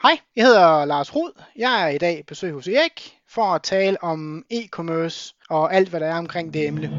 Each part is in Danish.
Hej, jeg hedder Lars Rud. Jeg er i dag besøg hos Erik for at tale om e-commerce og alt, hvad der er omkring det emne.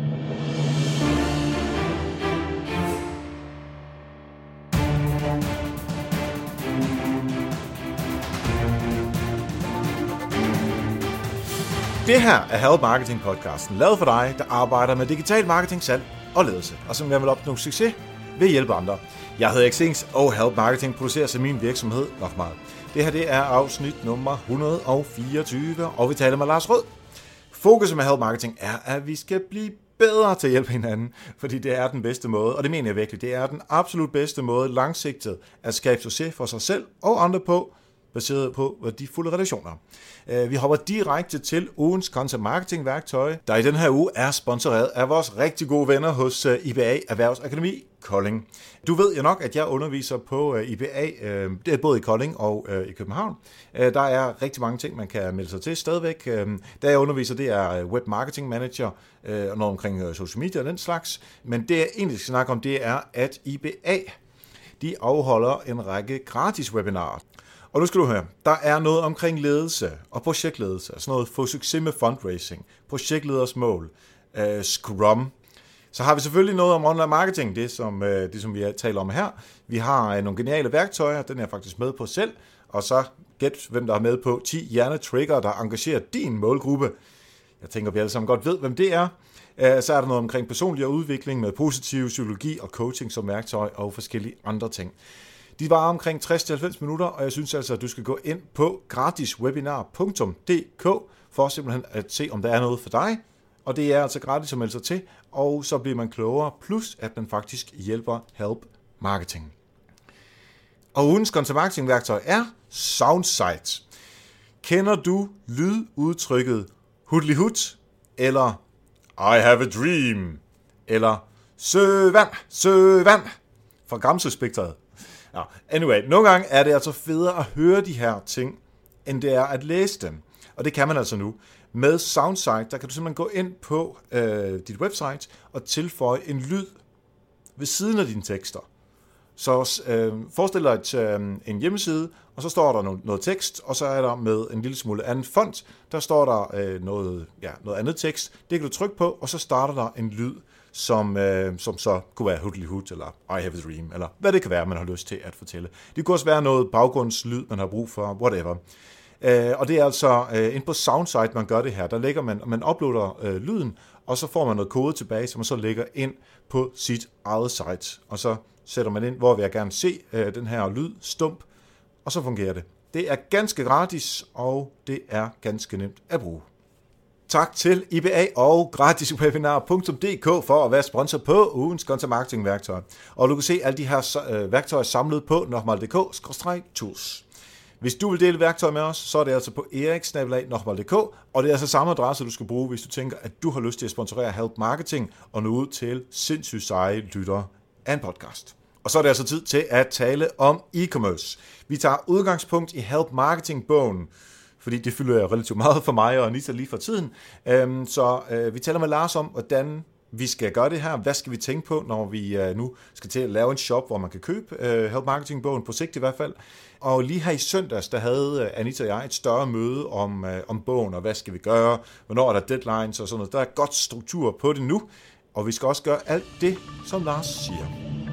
Det her er Help Marketing podcasten, lavet for dig, der arbejder med digital marketing, salg og ledelse, og som gerne vil opnå succes ved at hjælpe andre. Jeg hedder Xings, og Help Marketing producerer sig min virksomhed nok meget. Det her det er afsnit nummer 124, og vi taler med Lars Rød. Fokuset med Help Marketing er, at vi skal blive bedre til at hjælpe hinanden, fordi det er den bedste måde, og det mener jeg virkelig, det er den absolut bedste måde langsigtet at skabe succes for sig selv og andre på, baseret på værdifulde relationer. Vi hopper direkte til ugens content marketing værktøj, der i den her uge er sponsoreret af vores rigtig gode venner hos IBA Erhvervsakademi Kolding. Du ved jo nok, at jeg underviser på IBA, det er både i Kolding og i København. Der er rigtig mange ting, man kan melde sig til stadigvæk. Der jeg underviser, det er web marketing manager, og noget omkring social media og den slags. Men det jeg egentlig skal snakke om, det er, at IBA de afholder en række gratis webinarer. Og nu skal du høre, der er noget omkring ledelse og projektledelse, sådan noget få succes med fundraising, projektleders mål, Scrum. Så har vi selvfølgelig noget om online marketing, det som vi taler om her. Vi har nogle geniale værktøjer, den er jeg faktisk med på selv, og så gæt, hvem der er med på 10 hjernetrigger, der engagerer din målgruppe. Jeg tænker, vi alle sammen godt ved, hvem det er. Så er der noget omkring personlig udvikling med positiv psykologi og coaching som værktøj og forskellige andre ting. De varer omkring 60-90 minutter, og jeg synes altså, at du skal gå ind på gratiswebinar.dk for simpelthen at se, om der er noget for dig. Og det er altså gratis at melde sig til, og så bliver man klogere, plus at man faktisk hjælper Help Marketing. Og ugens content marketing værktøj er Soundsight. Kender du lydudtrykket hudlihut, eller I have a dream, eller søvand fra Gramsø-spektret? Ja, anyway, nogle gange er det altså federe at høre de her ting, end det er at læse dem. Og det kan man altså nu. Med Soundsight, der kan du simpelthen gå ind på dit website og tilføje en lyd ved siden af dine tekster. Så forestil dig en hjemmeside, og så står der noget tekst, og så er der med en lille smule anden font, der står der noget andet tekst. Det kan du trykke på, og så starter der en lyd, som så kunne være hudlihut, eller I have a dream, eller hvad det kan være, man har lyst til at fortælle. Det kunne også være noget baggrundslyd, man har brug for, whatever. Og det er altså inde på Soundsight, man gør det her. Der lægger man uploader lyden, og så får man noget kode tilbage, som man så lægger ind på sit eget site. Og så sætter man ind, hvor vil jeg gerne se den her lyd stump, og så fungerer det. Det er ganske gratis, og det er ganske nemt at bruge. Tak til IBA og gratiswebinar.dk for at være sponsor på ugens content marketing værktøj. Og du kan se alle de her værktøjer samlet på nokmal.dk/tools. Hvis du vil dele værktøj med os, så er det altså på eriksnabelag.nokmal.dk, og det er altså samme adresse, du skal bruge, hvis du tænker, at du har lyst til at sponsorere Help Marketing og nå ud til sindssygt seje lyttere af en podcast. Og så er det altså tid til at tale om e-commerce. Vi tager udgangspunkt i Help Marketing-bogen, fordi det fylder relativt meget for mig og Anita lige for tiden. Så vi taler med Lars om, hvordan vi skal gøre det her. Hvad skal vi tænke på, når vi nu skal til at lave en shop, hvor man kan købe Help Marketing-bogen, på sigt i hvert fald. Og lige her i søndags, der havde Anita og jeg et større møde om bogen, og hvad skal vi gøre, hvornår er der deadlines og sådan noget. Der er godt struktur på det nu, og vi skal også gøre alt det, som Lars siger.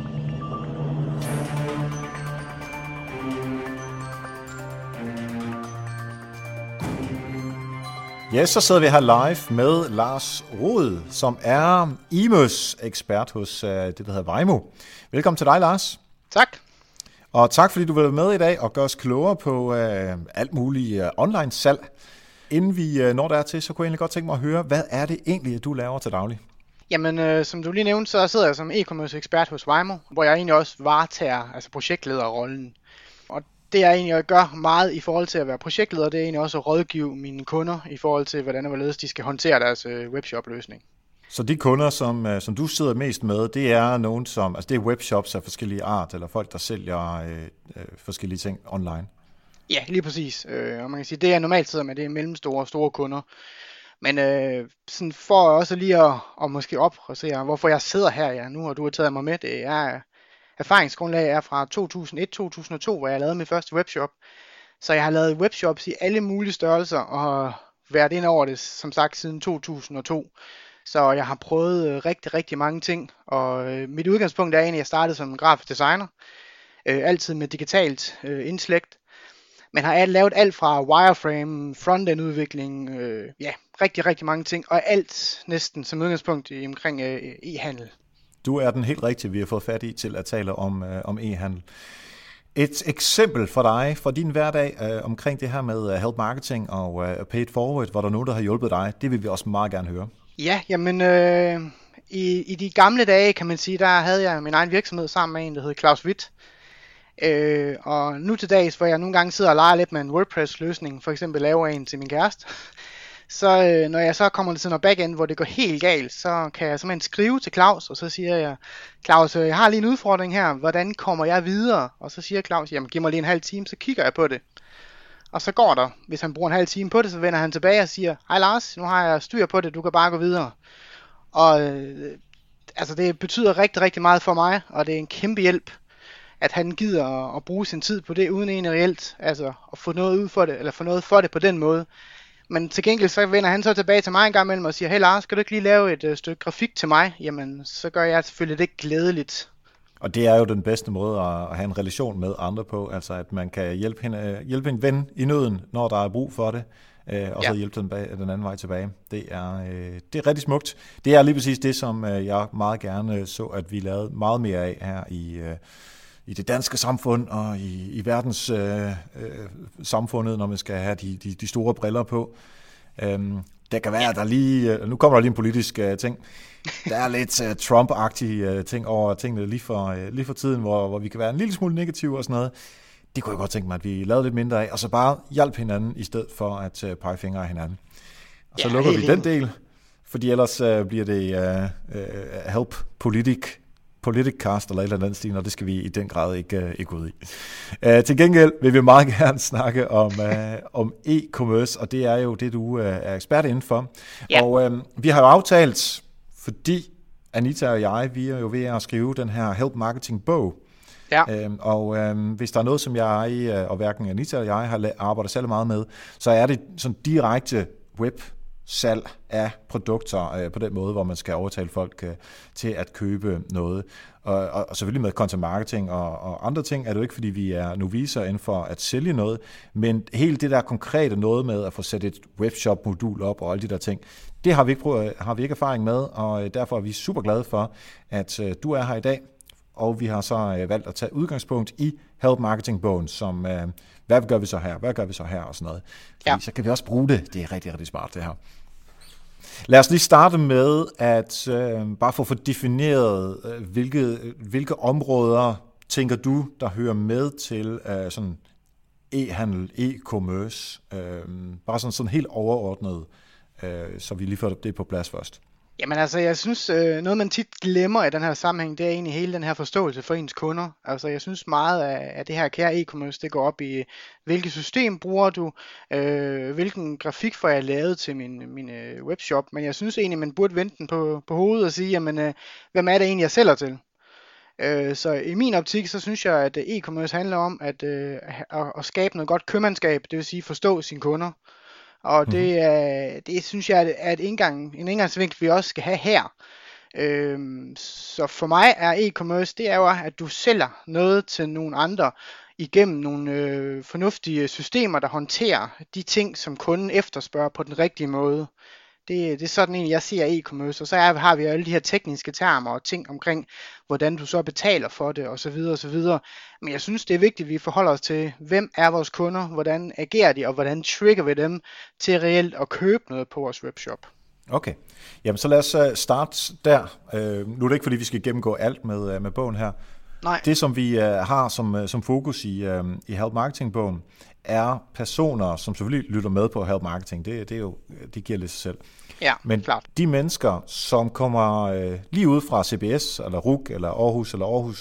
Ja, så sidder vi her live med Lars Rod, som er e-commerce-ekspert hos det, der hedder Vejmo. Velkommen til dig, Lars. Tak. Og tak, fordi du vil være med i dag og gøre os klogere på alt muligt online-salg. Inden vi når dertil, så kunne jeg egentlig godt tænke mig at høre, hvad er det egentlig, du laver til daglig? Jamen, som du lige nævnte, så sidder jeg som e-commerce-ekspert hos Vejmo, hvor jeg egentlig også varetager projektlederrollen. Og det jeg egentlig gør meget i forhold til at være projektleder, det er egentlig også at rådgive mine kunder i forhold til, hvordan og hvorledes de skal håndtere deres webshop-løsning. Så de kunder, som du sidder mest med, det er nogen som, altså det er webshops af forskellige art, eller folk, der sælger forskellige ting online? Ja, lige præcis. Og man kan sige, det jeg normalt sidder med, det er mellemstore og store kunder. Men sådan for også lige at måske opprocessere, hvorfor jeg sidder her nu, og du har taget mig med, det er erfaringsgrundlag er fra 2001-2002, hvor jeg lavede min første webshop. Så jeg har lavet webshops i alle mulige størrelser, og har været ind over det, som sagt, siden 2002. Så jeg har prøvet rigtig, rigtig mange ting, og mit udgangspunkt er egentlig, at jeg startede som grafisk designer, altid med digitalt indslægt, men har lavet alt fra wireframe, frontend udvikling, rigtig, rigtig mange ting, og alt næsten som udgangspunkt omkring e-handel. Du er den helt rigtige, vi har fået fat i til at tale om e-handel. Et eksempel for dig, fra din hverdag omkring det her med help marketing og pay it forward, hvor der er nogen, der har hjulpet dig, det vil vi også meget gerne høre. Ja, jamen i de gamle dage, kan man sige, der havde jeg min egen virksomhed sammen med en, der hed Claus Witt. Og nu til dags, hvor jeg nogle gange sidder og leger lidt med en WordPress-løsning, for eksempel laver en til min kæreste, så når jeg så kommer til noget backend, hvor det går helt galt, så kan jeg simpelthen skrive til Claus, og så siger jeg, Claus, jeg har lige en udfordring her, hvordan kommer jeg videre? Og så siger Claus, jamen giv mig lige en halv time, så kigger jeg på det. Og så går der, hvis han bruger en halv time på det, så vender han tilbage og siger, hej Lars, nu har jeg styr på det, du kan bare gå videre. Og altså det betyder rigtig, rigtig meget for mig, og det er en kæmpe hjælp, at han gider at bruge sin tid på det, uden egentlig reelt, altså at få noget ud for det, eller få noget for det på den måde. Men til gengæld så vender han så tilbage til mig en gang imellem og siger, hey Lars, skal du ikke lige lave et stykke grafik til mig? Jamen, så gør jeg selvfølgelig det glædeligt. Og det er jo den bedste måde at have en relation med andre på, altså at man kan hjælpe en ven i nøden, når der er brug for det, og så hjælpe den anden vej tilbage. Det er rigtig smukt. Det er lige præcis det, som jeg meget gerne så, at vi lavede meget mere af her i det danske samfund og i verdens samfundet, når man skal have de store briller på. Det kan være, at der lige... Nu kommer der lige en politisk ting. Der er lidt Trump-agtige ting over tingene lige for tiden, hvor vi kan være en lille smule negative og sådan noget. Det kunne jeg godt tænke mig, at vi lavede lidt mindre af, og så bare hjælpe hinanden, i stedet for at pege fingre af hinanden. Og så lukker vi den del, fordi ellers bliver det help Politicast eller et eller andet stil, og det skal vi i den grad ikke ud i. Til gengæld vil vi meget gerne snakke om e-commerce, og det er jo det, du er ekspert inden for. Ja. Og vi har jo aftalt, fordi Anita og jeg, vi er jo ved at skrive den her Help Marketing bog. Ja. Og hvis der er noget, som jeg og hverken Anita og jeg har arbejdet særlig meget med, så er det sådan direkte salg af produkter på den måde, hvor man skal overtale folk til at købe noget. Og selvfølgelig med content marketing og andre ting er det jo ikke, fordi vi er novicer inden for at sælge noget, men hele det der konkrete noget med at få sat et webshop-modul op og alle de der ting, det har vi ikke erfaring med, og derfor er vi super glade for, at du er her i dag, og vi har så valgt at tage udgangspunkt i Help Marketing-bogen, som hvad gør vi så her, og sådan noget. Fordi så kan vi også bruge det. Det er rigtig, rigtig smart, det her. Lad os lige starte med at bare få defineret, hvilke områder tænker du, der hører med til sådan e-handel, e-commerce, bare sådan helt overordnet, så vi lige får det på plads først. Jamen altså, jeg synes, noget man tit glemmer i den her sammenhæng, det er egentlig hele den her forståelse for ens kunder. Altså, jeg synes meget af det her kære e-commerce, det går op i, hvilket system bruger du, hvilken grafik får jeg lavet til min webshop, men jeg synes egentlig, man burde vende den på hovedet og sige, jamen, hvem er det egentlig, jeg sælger til? Så i min optik, så synes jeg, at e-commerce handler om at skabe noget godt købmandskab, det vil sige forstå sine kunder. Og det synes jeg er en indgangsvinkel, vi også skal have her. Så for mig er e-commerce, det er jo, at du sælger noget til nogle andre igennem nogle fornuftige systemer, der håndterer de ting, som kunden efterspørger på den rigtige måde. Det er sådan egentlig, jeg ser e-commerce, og så har vi alle de her tekniske termer og ting omkring, hvordan du så betaler for det, osv. osv. Men jeg synes, det er vigtigt, at vi forholder os til, hvem er vores kunder, hvordan agerer de, og hvordan trigger vi dem til reelt at købe noget på vores webshop. Okay, jamen så lad os starte der. Nu er det ikke, fordi vi skal gennemgå alt med bogen her. Nej. Det, som vi har som fokus i Help Marketing-bogen, er personer, som selvfølgelig lytter med på Help Marketing. Det giver lidt sig selv. Ja, men klart. De mennesker, som kommer lige ud fra CBS, eller RUC, eller Aarhus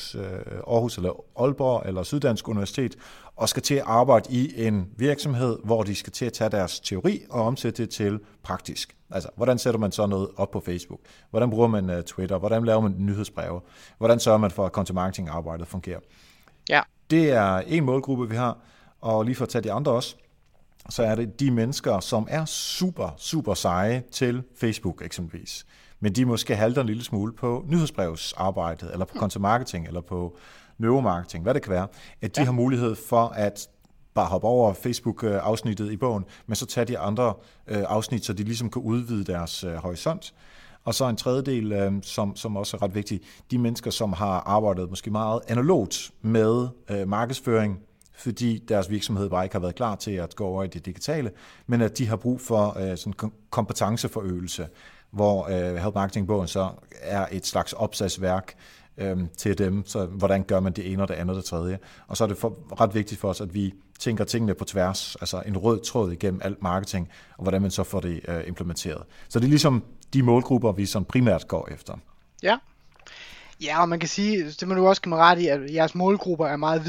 eller Aalborg, eller Syddansk Universitet, og skal til at arbejde i en virksomhed, hvor de skal til at tage deres teori og omsætte det til praktisk. Altså, hvordan sætter man så noget op på Facebook? Hvordan bruger man Twitter? Hvordan laver man nyhedsbreve? Hvordan sørger man for, at content marketing-arbejdet fungerer? Ja. Det er en målgruppe, vi har. Og lige for at tage de andre også, så er det de mennesker, som er super, super seje til Facebook eksempelvis. Men de måske halter en lille smule på nyhedsbrevsarbejdet, eller på content marketing, eller på neuromarketing, hvad det kan være. At de har mulighed for at bare hoppe over Facebook-afsnittet i bogen, men så tage de andre afsnit, så de ligesom kan udvide deres horisont. Og så en tredjedel, som også er ret vigtig, de mennesker, som har arbejdet måske meget analogt med markedsføring, fordi deres virksomhed bare ikke har været klar til at gå over i det digitale, men at de har brug for sådan kompetenceforøgelse, hvor Help Marketing-bogen så er et slags opslagsværk til dem, så hvordan gør man det ene og det andet og det tredje. Og så er det ret vigtigt for os, at vi tænker tingene på tværs, altså en rød tråd igennem alt marketing, og hvordan man så får det implementeret. Så det er ligesom de målgrupper, vi sådan primært går efter. Ja. Ja, og man kan sige, det må du også give mig ret i, at jeres målgrupper er meget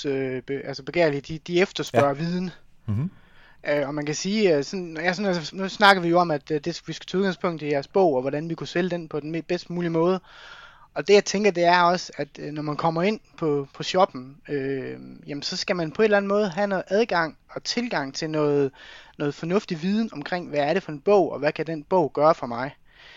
begærlige. De efterspørger viden. Mm-hmm. Og man kan sige, nu snakker vi jo om, at vi skal tage udgangspunkt i jeres bog, og hvordan vi kunne sælge den på den bedst mulige måde. Og det jeg tænker, det er også, at når man kommer ind på shoppen, jamen så skal man på en eller anden måde have noget adgang og tilgang til noget fornuftig viden omkring, hvad er det for en bog, og hvad kan den bog gøre for mig.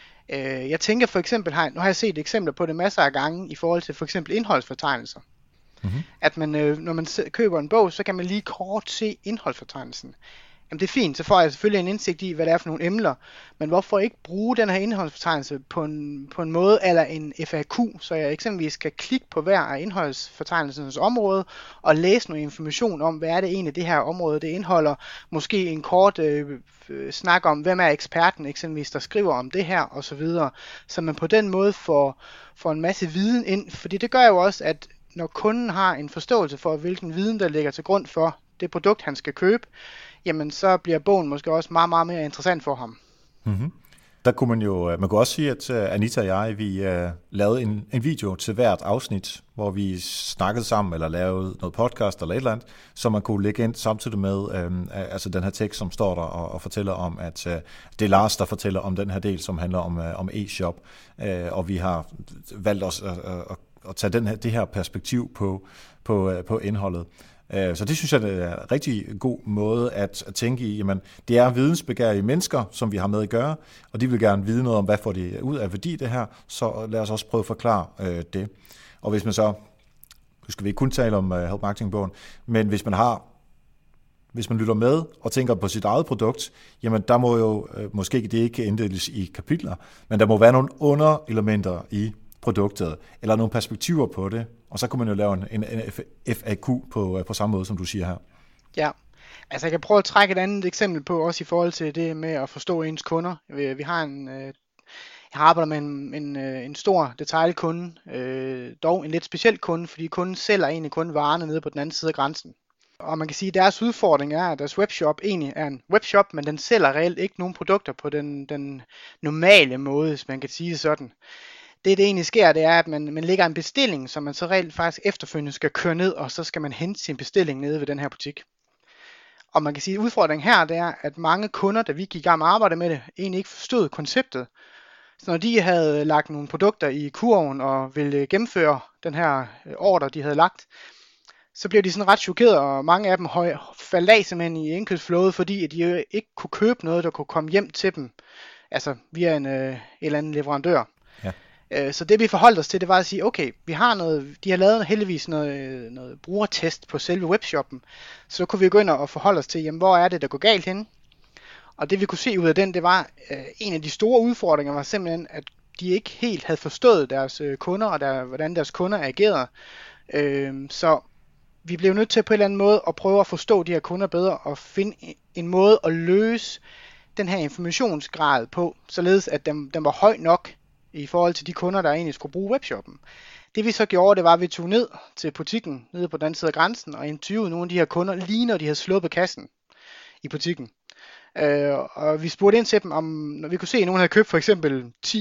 Jeg tænker for eksempel, nu har jeg set eksempler på det masser af gange, i forhold til for eksempel indholdsfortegnelser. Mm-hmm. At man, når man køber en bog, så kan man lige kort se indholdsfortegnelsen. Jamen det er fint, så får jeg selvfølgelig en indsigt i, hvad det er for nogle emner, men hvorfor ikke bruge den her indholdsfortegnelse på en måde, eller en FAQ, så jeg eksempelvis kan klikke på hver af indholdsfortegnelsens område, og læse noget information om, hvad er det egentlig det her område, det indeholder. Måske en kort snak om, hvem er eksperten eksempelvis, der skriver om det her, og så videre. Så man på den måde får en masse viden ind, fordi det gør jo også, at når kunden har en forståelse for, hvilken viden, der ligger til grund for det produkt, han skal købe, jamen så bliver bogen måske også meget, meget mere interessant for ham. Mm-hmm. Der kunne man kunne også sige, at Anita og jeg, vi lavede en video til hvert afsnit, hvor vi snakkede sammen, eller lavede noget podcast eller et eller andet, så man kunne lægge ind samtidig med altså den her tekst, som står der og fortæller om, at det er Lars, der fortæller om den her del, som handler om e-shop, og vi har valgt os at tage det her perspektiv på indholdet. Så det synes jeg er en rigtig god måde at tænke i. Jamen, det er vidensbegærlige mennesker, som vi har med at gøre, og de vil gerne vide noget om, hvad får de ud af værdi det her, så lad os også prøve at forklare det. Og hvis man så, nu skal vi ikke kun tale om Help Marketing-bogen, men hvis man lytter med og tænker på sit eget produkt, jamen der må jo, måske det ikke inddeles i kapitler, men der må være nogle underelementer i produktet, eller nogle perspektiver på det, og så kunne man jo lave en FAQ på samme måde, som du siger her. Ja, altså jeg kan prøve at trække et andet eksempel på, også i forhold til det med at forstå ens kunder. Vi har jeg arbejder med en stor detailkunde, dog en lidt speciel kunde, fordi kunden sælger egentlig kun varerne nede på den anden side af grænsen. Og man kan sige, at deres udfordring er, at deres webshop egentlig er en webshop, men den sælger reelt ikke nogen produkter på den normale måde, hvis man kan sige det sådan. Det egentlig sker, det er, at man lægger en bestilling, som man så reelt faktisk efterfølgende skal køre ned, og så skal man hente sin bestilling nede ved den her butik. Og man kan sige, at udfordringen her, det er, at mange kunder, da vi gik i gang med at arbejde med det, egentlig ikke forstod konceptet. Så når de havde lagt nogle produkter i kurven og ville gennemføre den her ordre, de havde lagt, så blev de sådan ret chokeret, og mange af dem faldt af simpelthen i indkøbsflowet, fordi de jo ikke kunne købe noget, der kunne komme hjem til dem, altså via en eller anden leverandør. Ja. Så det vi forholdt os til, det var at sige, okay, vi har de har lavet heldigvis noget brugertest på selve webshoppen, så kunne vi gå ind og forholde os til, jamen hvor er det, der går galt henne? Og det vi kunne se ud af den, det var, en af de store udfordringer var simpelthen, at de ikke helt havde forstået deres kunder, og hvordan deres kunder agerede. Så vi blev nødt til på en eller anden måde at prøve at forstå de her kunder bedre, og finde en måde at løse den her informationsgrad på, således at den var høj nok, i forhold til de kunder, der egentlig skulle bruge webshoppen. Det vi så gjorde, det var, at vi tog ned til butikken, nede på den anden side af grænsen, og interviewede nogle af de her kunder, lige når de havde sluppet kassen i butikken. Og vi spurgte ind til dem, om når vi kunne se, at nogen havde købt for eksempel 10-15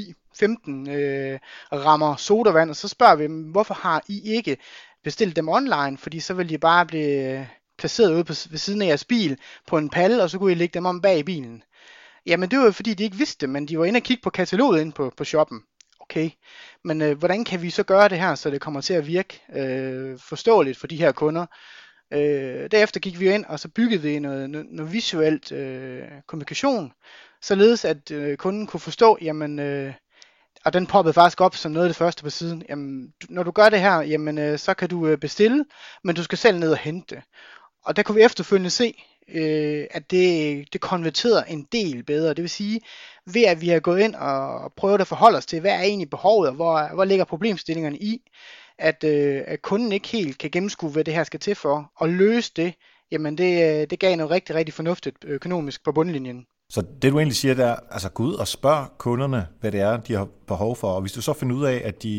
rammer sodavand, og så spørger vi dem, hvorfor har I ikke bestilt dem online, fordi så ville de bare blive placeret ude ved siden af jeres bil på en palle, og så kunne I lægge dem om bag i bilen. Jamen det var jo fordi, de ikke vidste det, men de var inde og kigge på kataloget inde på shoppen. Okay, men hvordan kan vi så gøre det her, så det kommer til at virke forståeligt for de her kunder? Derefter gik vi ind, og så byggede vi noget visuelt kommunikation, således at kunden kunne forstå, jamen, og den poppede faktisk op som noget af det første på siden, jamen, når du gør det her, jamen, så kan du bestille, men du skal selv ned og hente det. Og der kunne vi efterfølgende se, at det konverterede en del bedre. Det vil sige, ved at vi har gået ind og prøvet at forholde os til, hvad er egentlig behovet, og hvor ligger problemstillingerne i, at kunden ikke helt kan gennemskue, hvad det her skal til for, og løse det, jamen det gav noget rigtig, rigtig fornuftigt økonomisk på bundlinjen. Så det du egentlig siger, det er, altså gå ud og spørg kunderne, hvad det er, de har behov for, og hvis du så finder ud af, at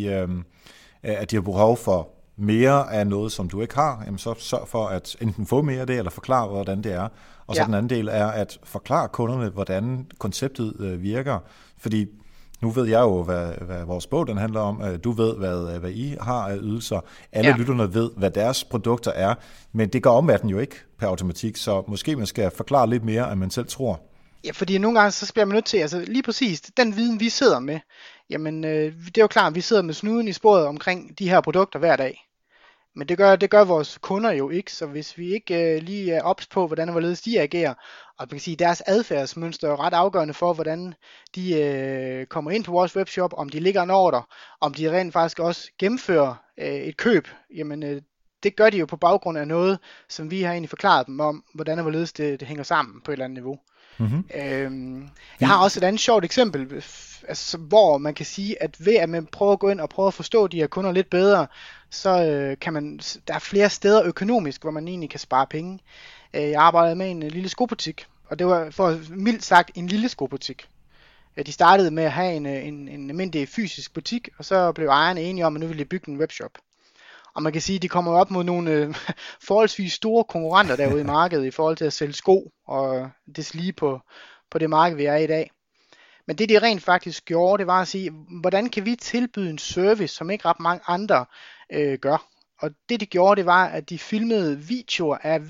de har behov for mere af noget, som du ikke har, jamen så sørg for at enten få mere af det, eller forklare, hvordan det er. Og så den anden del er at forklare kunderne, hvordan konceptet virker. Fordi nu ved jeg jo, hvad vores bog den handler om. Du ved, hvad I har af ydelser. Alle lytterne ved, hvad deres produkter er. Men det går omverdenen jo ikke per automatik, så måske man skal forklare lidt mere, end man selv tror. Ja, fordi nogle gange så bliver man nødt til, altså lige præcis den viden, vi sidder med, jamen det er jo klart, at vi sidder med snuden i sporet omkring de her produkter hver dag. Men det gør vores kunder jo ikke, så hvis vi ikke lige er ops på, hvordan og hvorledes de agerer, og man kan sige, deres adfærdsmønster er ret afgørende for, hvordan de kommer ind på vores webshop, om de ligger en ordre, om de rent faktisk også gennemfører et køb, jamen det gør de jo på baggrund af noget, som vi har egentlig forklaret dem om, hvordan og hvorledes det hænger sammen på et eller andet niveau. Mm-hmm. Jeg har også et andet sjovt eksempel, altså, hvor man kan sige, at ved at man prøver at gå ind og prøve at forstå de her kunder lidt bedre, så der er flere steder økonomisk, hvor man egentlig kan spare penge. Jeg arbejdede med en lille skobutik, og det var for mildt sagt en lille skobutik. De startede med at have en almindelig fysisk butik, og så blev ejerne enige om, at nu ville de bygge en webshop. Og man kan sige, at de kommer op mod nogle forholdsvis store konkurrenter derude i markedet i forhold til at sælge sko og deslige på det marked, vi er i dag. Men det de rent faktisk gjorde, det var at sige, hvordan kan vi tilbyde en service, som ikke ret mange andre gør. Og det de gjorde, det var, at de filmede videoer af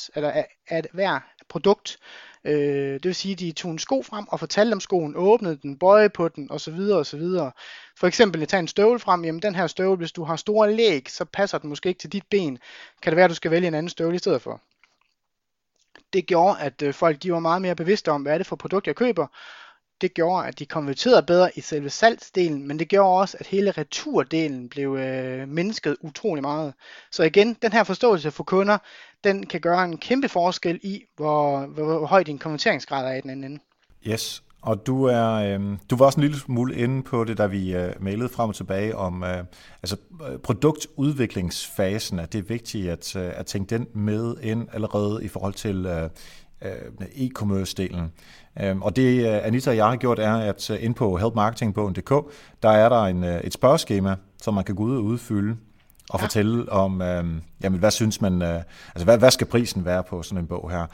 hver produkt. Det vil sige, at de tog en sko frem og fortalte om skoen, åbnede den, bøjede på den osv. osv. For eksempel at tage en støvle frem, jamen den her støvle, hvis du har store læg, så passer den måske ikke til dit ben. Kan det være, at du skal vælge en anden støvle i stedet for. Det gjorde, at folk de var meget mere bevidste om, hvad er det for produkt, jeg køber. Det gjorde, at de konverterede bedre i selve salgsdelen, men det gjorde også, at hele returdelen blev mindsket utrolig meget. Så igen, den her forståelse for kunder, den kan gøre en kæmpe forskel i, hvor høj din konverteringsgrad er i den anden ende. Yes, og du var også en lille smule inde på det, da vi mailede frem og tilbage om produktudviklingsfasen, at det er vigtigt at tænke den med ind allerede i forhold til e-commerce-delen. Og det Anita og jeg har gjort, er, at inde på helpmarketing.dk, der er der et spørgeskema, som man kan gå ud og udfylde og fortælle om, hvad synes man, hvad skal prisen være på sådan en bog her?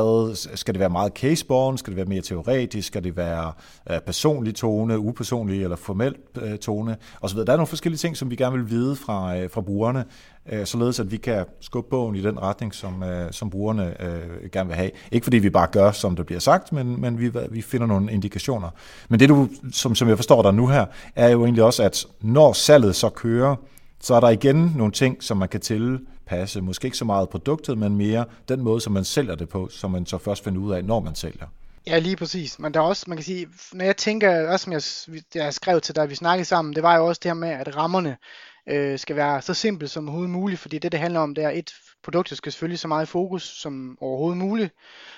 Skal det være meget caseborn? Skal det være mere teoretisk? Skal det være personlig tone, upersonlig eller formel tone? Og så videre. Der er nogle forskellige ting, som vi gerne vil vide fra brugerne, således at vi kan skubbe bogen i den retning, som brugerne gerne vil have. Ikke fordi vi bare gør, som der bliver sagt, men vi finder nogle indikationer. Men det du, som jeg forstår dig nu her, er jo egentlig også, at når salget så kører, så er der igen nogle ting, som man kan tilpasse. Måske ikke så meget produktet, men mere den måde, som man sælger det på, som man så først finder ud af, når man sælger. Ja, lige præcis. Men der er også, man kan sige, når jeg tænker, også som jeg skrev til dig, vi snakkede sammen, det var jo også det her med, at rammerne skal være så simpelt som overhovedet muligt, fordi det handler om, det er produktet skal selvfølgelig så meget i fokus som overhovedet muligt.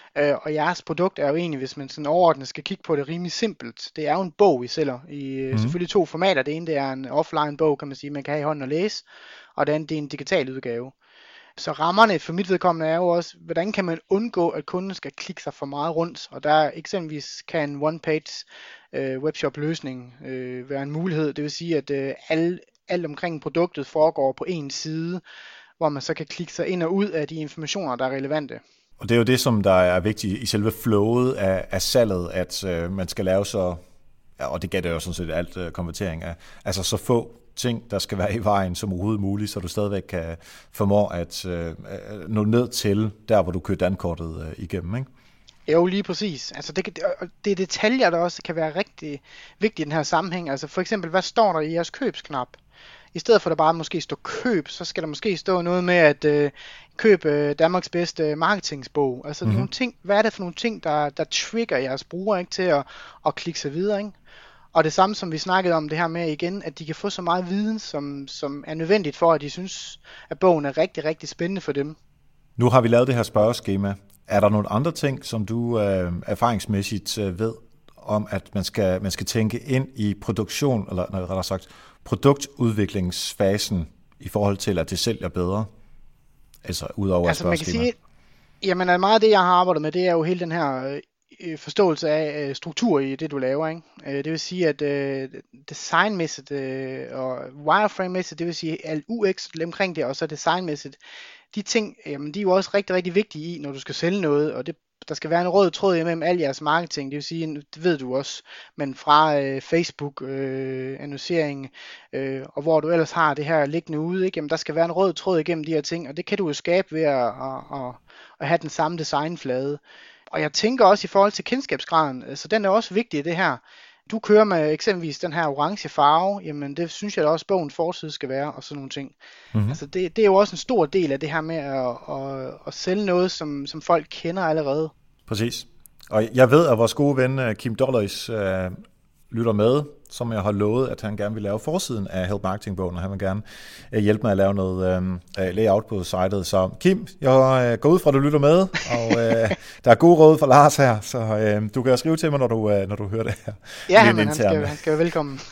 Og jeres produkt er jo egentlig, hvis man sådan overordnet skal kigge på det, rimelig simpelt. Det er jo en bog, vi sælger i selvfølgelig 2 formater. Det ene det er en offline bog, kan man sige, man kan have i hånden og læse, og det andet det er en digital udgave. Så rammerne for mit vedkommende er jo også, hvordan kan man undgå, at kunden skal klikke sig for meget rundt, og der eksempelvis kan en one-page webshop løsning være en mulighed. Det vil sige, at alt omkring produktet foregår på en side, hvor man så kan klikke sig ind og ud af de informationer, der er relevante. Og det er jo det, som der er vigtigt i selve flowet af salget, at man skal lave så, og det gælder jo sådan set alt konvertering af, altså så få ting, der skal være i vejen som overhovedet muligt, så du stadigvæk kan formå at nå ned til der, hvor du kører dankortet igennem, ikke? Jo, lige præcis. Altså det er detaljer, der også kan være rigtig vigtige i den her sammenhæng. Altså for eksempel, hvad står der i jeres købsknap? I stedet for at der bare måske stå køb, så skal der måske stå noget med at køb Danmarks bedste marketingsbog. Altså nogle ting, hvad er det for nogle ting, der trigger jeres brugere ikke, til at klikke sig videre, ikke? Og det samme som vi snakkede om det her med igen, at de kan få så meget viden, som er nødvendigt for, at de synes, at bogen er rigtig, rigtig spændende for dem. Nu har vi lavet det her spørgeskema. Er der nogle andre ting, som du erfaringsmæssigt ved om, at man skal tænke ind i produktion, eller rettere sagt, produktudviklingsfasen i forhold til, at det sælger bedre? Altså udover spørgeskema. Man kan sige, jamen meget af det, jeg har arbejdet med, det er jo hele den her forståelse af struktur i det, du laver, ikke? Det vil sige, at designmæssigt og wireframe-mæssigt, det vil sige alt UX omkring det, og så designmæssigt, de ting, jamen, de er jo også rigtig, rigtig vigtige i, når du skal sælge noget, og der skal være en rød tråd imellem al jeres marketing, det vil sige, det ved du også, men fra Facebook, annoncering, og hvor du ellers har det her liggende ude, ikke? Jamen, der skal være en rød tråd igennem de her ting, og det kan du jo skabe ved at have den samme designflade. Og jeg tænker også i forhold til kendskabsgraden, altså den er også vigtig i det her. Du kører med eksempelvis den her orange farve, jamen det synes jeg da også bogens forside skal være, og sådan nogle ting. Altså det er jo også en stor del af det her med at sælge noget, som folk kender allerede. Præcis. Og jeg ved, at vores gode ven Kim Dolleris lytter med, som jeg har lovet, at han gerne vil lave forsiden af Help Marketing-bogen, og han vil gerne hjælpe mig at lave noget layout på sitet. Så Kim, jeg går ud fra, at du lytter med, og der er gode råd fra Lars her, så du kan skrive til mig, når du hører det her. Ja, men han skal være velkommen.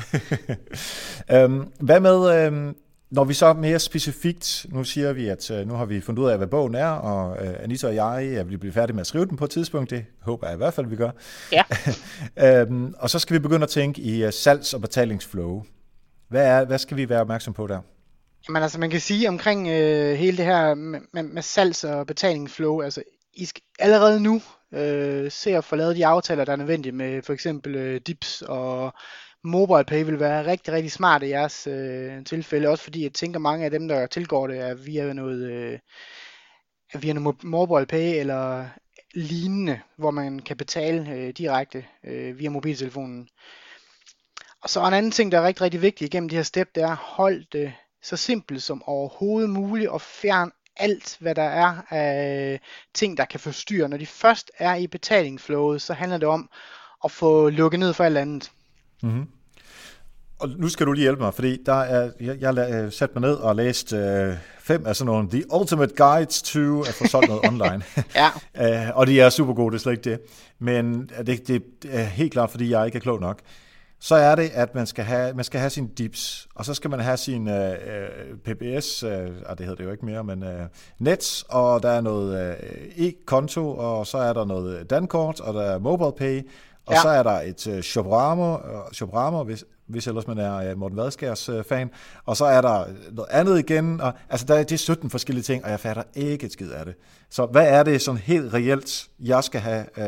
Hvad med... Når vi så mere specifikt, nu siger vi, at nu har vi fundet ud af, hvad bogen er, og Anita og jeg vil blive færdige med at skrive den på et tidspunkt, det håber jeg i hvert fald, vi gør. Ja. Og så skal vi begynde at tænke i salgs- og betalingsflow. Hvad skal vi være opmærksom på der? Jamen altså, man kan sige omkring hele det her med salgs- og betalingsflow, altså I skal allerede nu se at få lavet de aftaler, der er nødvendige med for eksempel dips og MobilePay vil være rigtig, rigtig smart i jeres tilfælde, også fordi jeg tænker mange af dem, der tilgår det, er via noget MobilePay eller lignende, hvor man kan betale direkte via mobiltelefonen. Og så en anden ting, der er rigtig, rigtig vigtig igennem de her step, det er hold det så simpelt som overhovedet muligt og fjern alt, hvad der er af ting, der kan forstyrre. Når de først er i betalingsflowet, så handler det om at få lukket ned for alt andet. Mm-hmm. Og nu skal du lige hjælpe mig, fordi jeg satte mig ned og læste 5 af sådan nogle The Ultimate Guides to at få solgt noget online. Ja. Og de er super gode, det er slet ikke det. Men det er helt klart, fordi jeg ikke er klog nok. Så er det, at man skal have sin dips, og så skal man have sin PBS, det hedder det jo ikke mere, men Nets, og der er noget e-konto, og så er der noget Dankort, og der er MobilePay, og så er der et Shoprama, hvis ellers man er Morten Vadskærs fan, og så er der noget andet igen, og altså det er 17 forskellige ting, og jeg fatter ikke et skid af det. Så hvad er det sådan helt reelt, jeg skal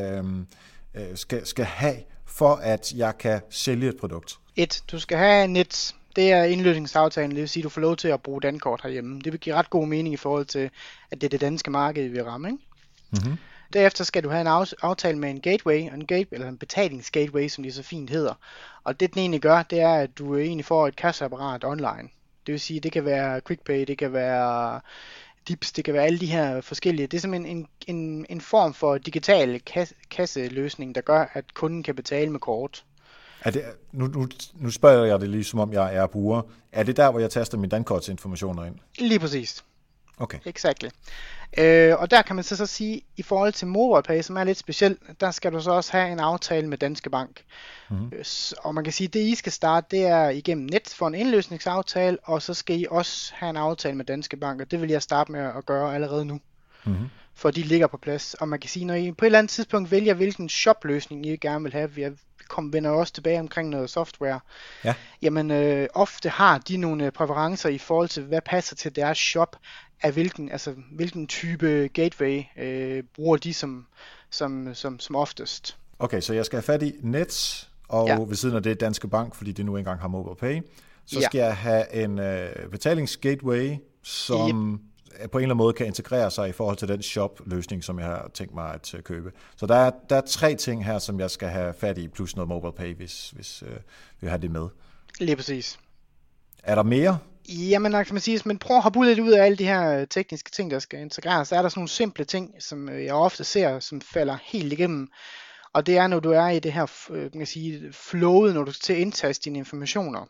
have for at jeg kan sælge et produkt? Du skal have Nets. Det er indløsningsaftalen, det vil sige, at du får lov til at bruge Dankort herhjemme. Det vil give ret god mening i forhold til, at det er det danske marked, vi ramme, ikke? Mm-hmm. Derefter skal du have en aftale med en gateway, eller en betalingsgateway, som det så fint hedder. Og det den egentlig gør, det er, at du egentlig får et kasseapparat online. Det vil sige, det kan være QuickPay, det kan være Dips, det kan være alle de her forskellige. Det er simpelthen en form for digital kasseløsning, der gør, at kunden kan betale med kort. Er det, nu spørger jeg det lige, som om jeg er bruger. Er det der, hvor jeg taster min dankortsinformationer ind? Lige præcis. Okay. Exactly. Og der kan man så sige, i forhold til MobilePay, som er lidt specielt, der skal du så også have en aftale med Danske Bank. Mm-hmm. Og man kan sige, at det I skal starte, det er igennem net for en indløsningsaftale, og så skal I også have en aftale med Danske Bank, og det vil jeg starte med at gøre allerede nu. Mm-hmm. For de ligger på plads. Og man kan sige, når I på et eller andet tidspunkt vælger, hvilken shopløsning I gerne vil have, vi vender også tilbage omkring noget software, jamen ofte har de nogle præferencer i forhold til, hvad passer til deres shop, af hvilken type gateway bruger de som oftest. Okay, så jeg skal have fat i Nets, og ved siden af det Danske Bank, fordi det nu engang har MobilePay. Så skal jeg have en betalingsgateway, som på en eller anden måde kan integrere sig i forhold til den shop-løsning, som jeg har tænkt mig at købe. Så der er 3 ting her, som jeg skal have fat i, plus noget MobilePay, hvis vi har det med. Lige præcis. Er der mere? Jamen, kan man sige, men prøv at hoppe lidt ud af alle de her tekniske ting, der skal integreres. Så er der sådan nogle simple ting, som jeg ofte ser, som falder helt igennem. Og det er, når du er i det her, man kan sige, flowet, når du skal til at indtaste dine informationer.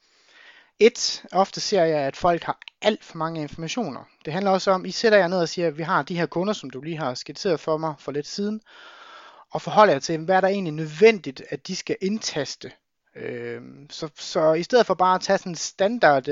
Ofte ser jeg, at folk har alt for mange informationer. Det handler også om, I sætter jer ned og siger, at vi har de her kunder, som du lige har skitseret for mig for lidt siden, og forholder jer til, hvad er der egentlig nødvendigt, at de skal indtaste. Så i stedet for bare at tage sådan en standard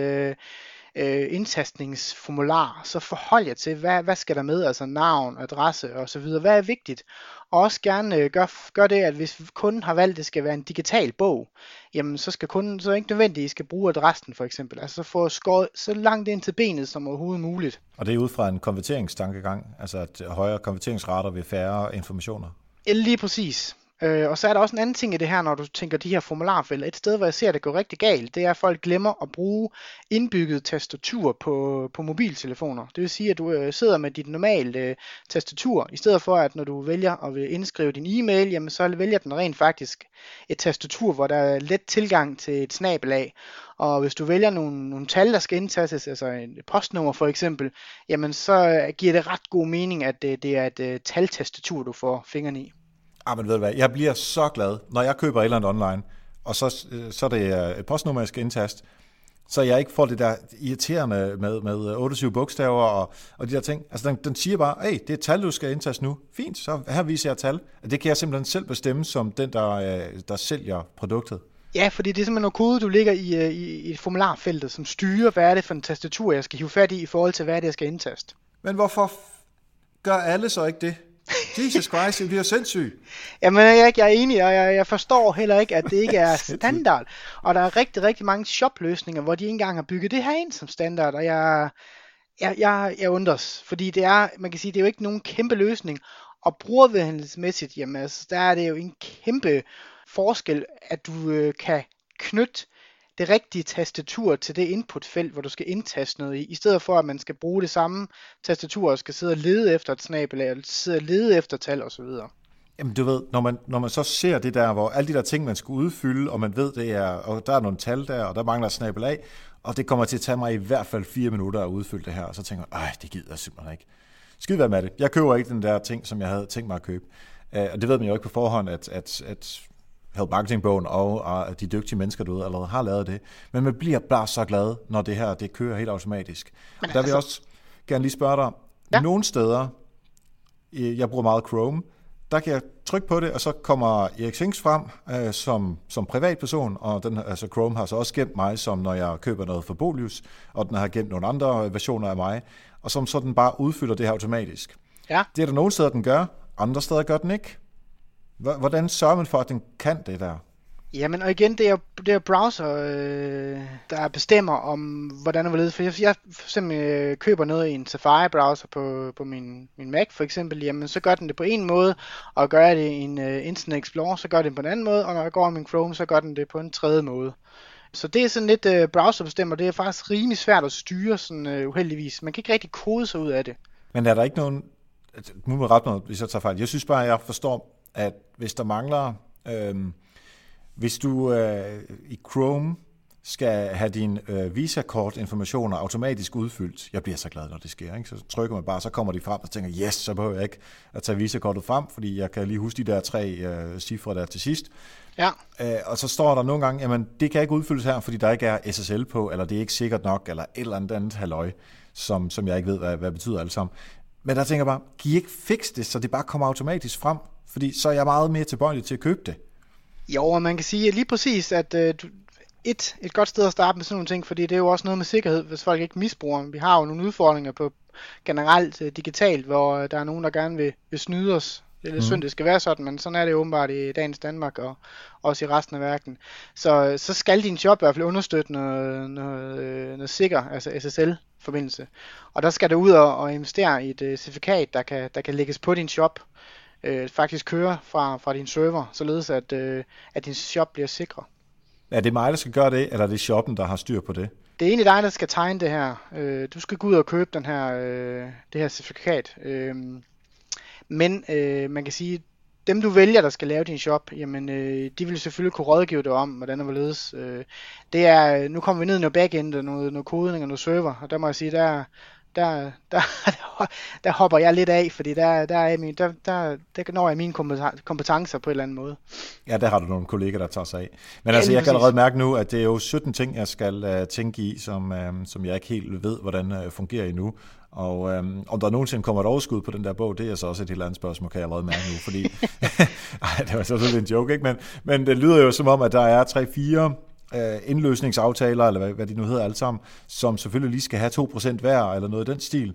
indtastningsformular, så forhold jer til, hvad skal der med, altså navn, adresse osv., hvad er vigtigt. Og også gerne gør det, at hvis kunden har valgt, at det skal være en digital bog, jamen så skal kunden så ikke nødvendigt, I skal bruge adressen for eksempel. Altså få skåret så langt ind til benet som overhovedet muligt. Og det er ud fra en konverteringstankegang, altså at højere konverteringsrater ved færre informationer. Lige præcis. Og så er der også en anden ting i det her, når du tænker de her formularfelter. Et sted, hvor jeg ser, at det går rigtig galt, det er, at folk glemmer at bruge indbygget tastatur på mobiltelefoner. Det vil sige, at du sidder med dit normale tastatur, i stedet for, at når du vælger at vil indskrive din e-mail, jamen så vælger den rent faktisk et tastatur, hvor der er let tilgang til et snabelag. Og hvis du vælger nogle tal, der skal indtastes, altså et postnummer for eksempel, jamen så giver det ret god mening, at det er et taltastatur, du får fingrene i. Men ved du hvad, jeg bliver så glad, når jeg køber et eller andet online, og så er det et postnummer, jeg skal indtaste, så jeg ikke får det der irriterende med 28 bogstaver og de der ting. Altså den siger bare, hey, det er et tal, du skal indtaste nu. Fint, så her viser jeg tal. Det kan jeg simpelthen selv bestemme som den, der sælger produktet. Ja, fordi det er simpelthen noget kode, du ligger i et formularfeltet, som styrer, hvad er det for en tastatur, jeg skal hive fat i forhold til, hvad er det, jeg skal indtaste. Men hvorfor gør alle så ikke det? Jesus Christ, jeg bliver sindssyg. Jamen, jeg er enig, og jeg forstår heller ikke, at det ikke er standard. Og der er rigtig, rigtig mange shopløsninger, hvor de ikke engang har bygget det her ind som standard, og jeg undres. Fordi det er, man kan sige, det er jo ikke nogen kæmpe løsning. Og brugervenlighedsmæssigt, jamen altså, der er det jo en kæmpe forskel, at du kan knytte det rigtige tastatur til det inputfelt, hvor du skal indtaste noget i stedet for, at man skal bruge det samme tastatur og skal sidde og lede efter et snabelag, eller sidde og lede efter tal osv. Jamen du ved, når man så ser det der, hvor alle de der ting, man skal udfylde, og man ved det er, og der er nogle tal der, og der mangler et snabelag, og det kommer til at tage mig i hvert fald 4 minutter at udfylde det her, og så tænker jeg, det gider jeg simpelthen ikke. Skide være med det. Jeg køber ikke den der ting, som jeg havde tænkt mig at købe. Og det ved man jo ikke på forhånd, at Help Marketing-bogen og de dygtige mennesker derude allerede har lavet det. Men man bliver bare så glad, når det her det kører helt automatisk. Og der vil jeg også gerne lige spørge dig. Ja. Nogle steder, jeg bruger meget Chrome, der kan jeg trykke på det, og så kommer Erik Sings frem som privatperson, og Chrome har så også gemt mig, som når jeg køber noget for Bolius, og den har gemt nogle andre versioner af mig, og som så den bare udfylder det her automatisk. Ja. Det er der nogle steder, den gør, andre steder gør den ikke. Hvordan sørger man for, at den kan det der? Jamen, og igen, det er browser, der bestemmer om, hvordan og hvorledes. For jeg for eksempel køber noget i en Safari-browser på min Mac, for eksempel, jamen, så gør den det på en måde, og gør jeg det i en Internet Explorer, så gør den på en anden måde, og når jeg går i min Chrome, så gør den det på en tredje måde. Så det er sådan lidt browserbestemt, og det er faktisk rimelig svært at styre, sådan uheldigvis. Man kan ikke rigtig kode sig ud af det. Men er der ikke nogen, nu må jeg rette noget, hvis jeg tager fejl. Jeg synes bare, at jeg forstår, at hvis der mangler, hvis du i Chrome skal have dine Visa-kort-informationer automatisk udfyldt, jeg bliver så glad, når det sker, ikke? Så trykker man bare, så kommer de frem og tænker, yes, så behøver jeg ikke at tage Visa-kortet frem, fordi jeg kan lige huske de der 3 cifre der til sidst. Ja. Og så står der nogle gange, jamen det kan ikke udfyldes her, fordi der ikke er SSL på, eller det er ikke sikkert nok, eller et eller andet halløj, som jeg ikke ved, hvad betyder alt sammen. Men der tænker jeg bare, kan I ikke fikse det, så det bare kommer automatisk frem? Fordi så er jeg meget mere tilbøjelig til at købe det. Jo, og man kan sige lige præcis, at et godt sted at starte med sådan nogle ting, fordi det er jo også noget med sikkerhed, hvis folk ikke misbruger dem. Vi har jo nogle udfordringer på generelt digitalt, hvor der er nogen, der gerne vil snyde os. Det er lidt synd, det skal være sådan, men sådan er det åbenbart i dagens Danmark og også i resten af verden. Så skal din shop i hvert fald understøtte noget sikker, altså SSL-forbindelse. Og der skal du ud og investere i et certifikat, der kan lægges på din shop, faktisk køre fra din server, således at din shop bliver sikre. Er det mig, der skal gøre det, eller er det shoppen, der har styr på det? Det er egentlig dig, der skal tegne det her. Du skal gå ud og købe det her certifikat. Men man kan sige, dem du vælger, der skal lave din shop, jamen de vil selvfølgelig kunne rådgive dig om, hvordan og hvorledes. Det er, nu kommer vi ned i noget backend og noget kodning og noget server, og der må jeg sige, der hopper jeg lidt af, fordi der når jeg mine kompetencer på en eller anden måde. Ja, der har du nogle kolleger, der tager sig af. Men altså, jeg kan allerede mærke nu, at det er jo 17 ting, jeg skal tænke i, som jeg ikke helt ved, hvordan fungerer endnu. Og om der nogensinde kommer et overskud på den der bog, det er så også et helt andet spørgsmål, kan jeg allerede mærke nu, fordi det var selvfølgelig en joke, ikke? Men det lyder jo som om, at der er 3-4 indløsningsaftaler, eller hvad de nu hedder alle sammen, som selvfølgelig lige skal have 2% hver, eller noget i den stil.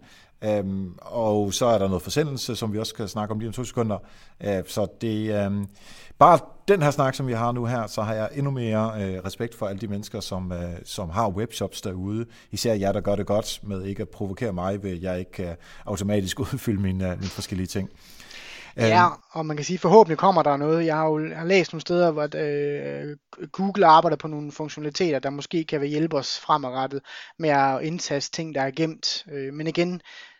Og så er der noget forsendelse, som vi også skal snakke om lige om 2 sekunder. Så det bare den her snak, som vi har nu her, så har jeg endnu mere respekt for alle de mennesker, som har webshops derude. Især jer, der gør det godt med ikke at provokere mig, ved at jeg ikke automatisk udfylde mine forskellige ting. Ja, og man kan sige, forhåbentlig kommer der noget. Jeg har læst nogle steder, hvor Google arbejder på nogle funktionaliteter, der måske kan hjælpe os fremadrettet med at indtaste ting, der er gemt. Men igen,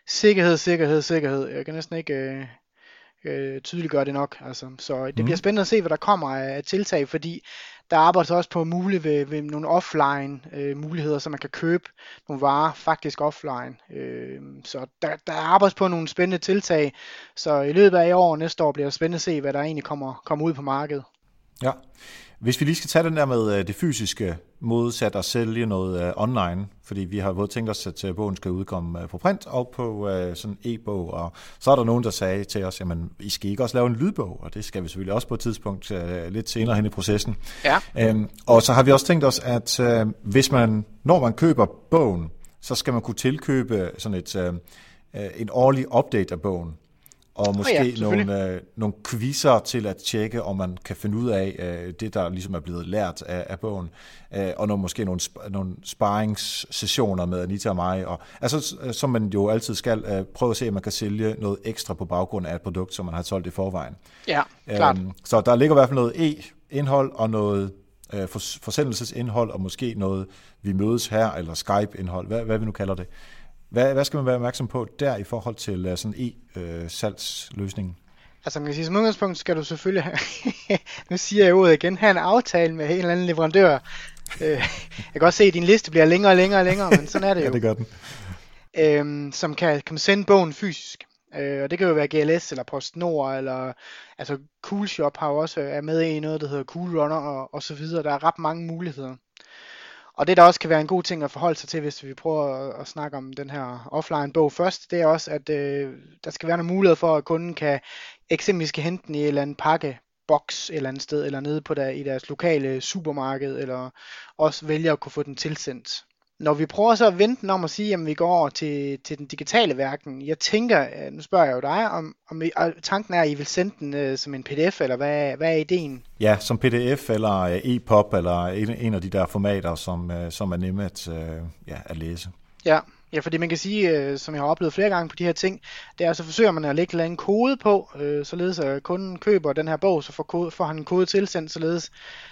sikkerhed. Jeg kan næsten ikke tydeliggøre det nok. Altså. Så det bliver spændende at se, hvad der kommer af tiltag, fordi der arbejdes også på muligt ved nogle offline muligheder, så man kan købe nogle varer faktisk offline. Så der arbejdes på nogle spændende tiltag, så i løbet af i år og næste år bliver det spændende at se, hvad der egentlig kommer ud på markedet. Ja. Hvis vi lige skal tage den der med det fysiske modsat at sælge noget online, fordi vi har både tænkt os, at bogen skal udkomme på print og på sådan e-bog, og så er der nogen, der sagde til os, jamen I skal ikke også lave en lydbog, og det skal vi selvfølgelig også på et tidspunkt lidt senere hen i processen. Ja. Og så har vi også tænkt os, at når man køber bogen, så skal man kunne tilkøbe sådan en årlig update af bogen. Og måske nogle quizzer til at tjekke, om man kan finde ud af det, der ligesom er blevet lært af bogen. Og måske nogle sparringssessioner med Anita og mig. Og, altså, som man jo altid skal prøve at se, om man kan sælge noget ekstra på baggrund af et produkt, som man har solgt i forvejen. Ja, klart. Så der ligger i hvert fald noget e-indhold og noget forsendelsesindhold, og måske noget vi mødes her, eller Skype-indhold, hvad vi nu kalder det. Hvad skal man være opmærksom på der i forhold til sådan e-salgsløsningen? Altså man kan sige, som udgangspunkt skal du selvfølgelig have, nu siger jeg ordet igen, have en aftale med en eller anden leverandør. Jeg kan også se, at din liste bliver længere og længere, men sådan er det jo. Ja, det gør den. Som kan sende bogen fysisk. Og det kan jo være GLS eller PostNord, eller altså Coolshop har jo også er med i noget, der hedder Cool Runner og så videre. Der er ret mange muligheder. Og det der også kan være en god ting at forholde sig til, hvis vi prøver at snakke om den her offline bog først, det er også, at der skal være nogle muligheder for, at kunden kan eksempelvis hente den i en eller anden pakkeboks et eller andet sted, eller nede på i deres lokale supermarked, eller også vælge at kunne få den tilsendt. Når vi prøver så at vente den om at sige, at vi går over til den digitale verden, jeg tænker, nu spørger jeg jo dig, om tanken er, at I vil sende den som en pdf, eller hvad er ideen? Ja, som pdf eller e-pub, eller en af de der formater, som er nemme at læse. Ja, fordi man kan sige, som jeg har oplevet flere gange på de her ting, det er, så forsøger man at lægge en eller anden kode på, således at kunden køber den her bog, så får han en kode tilsendt, således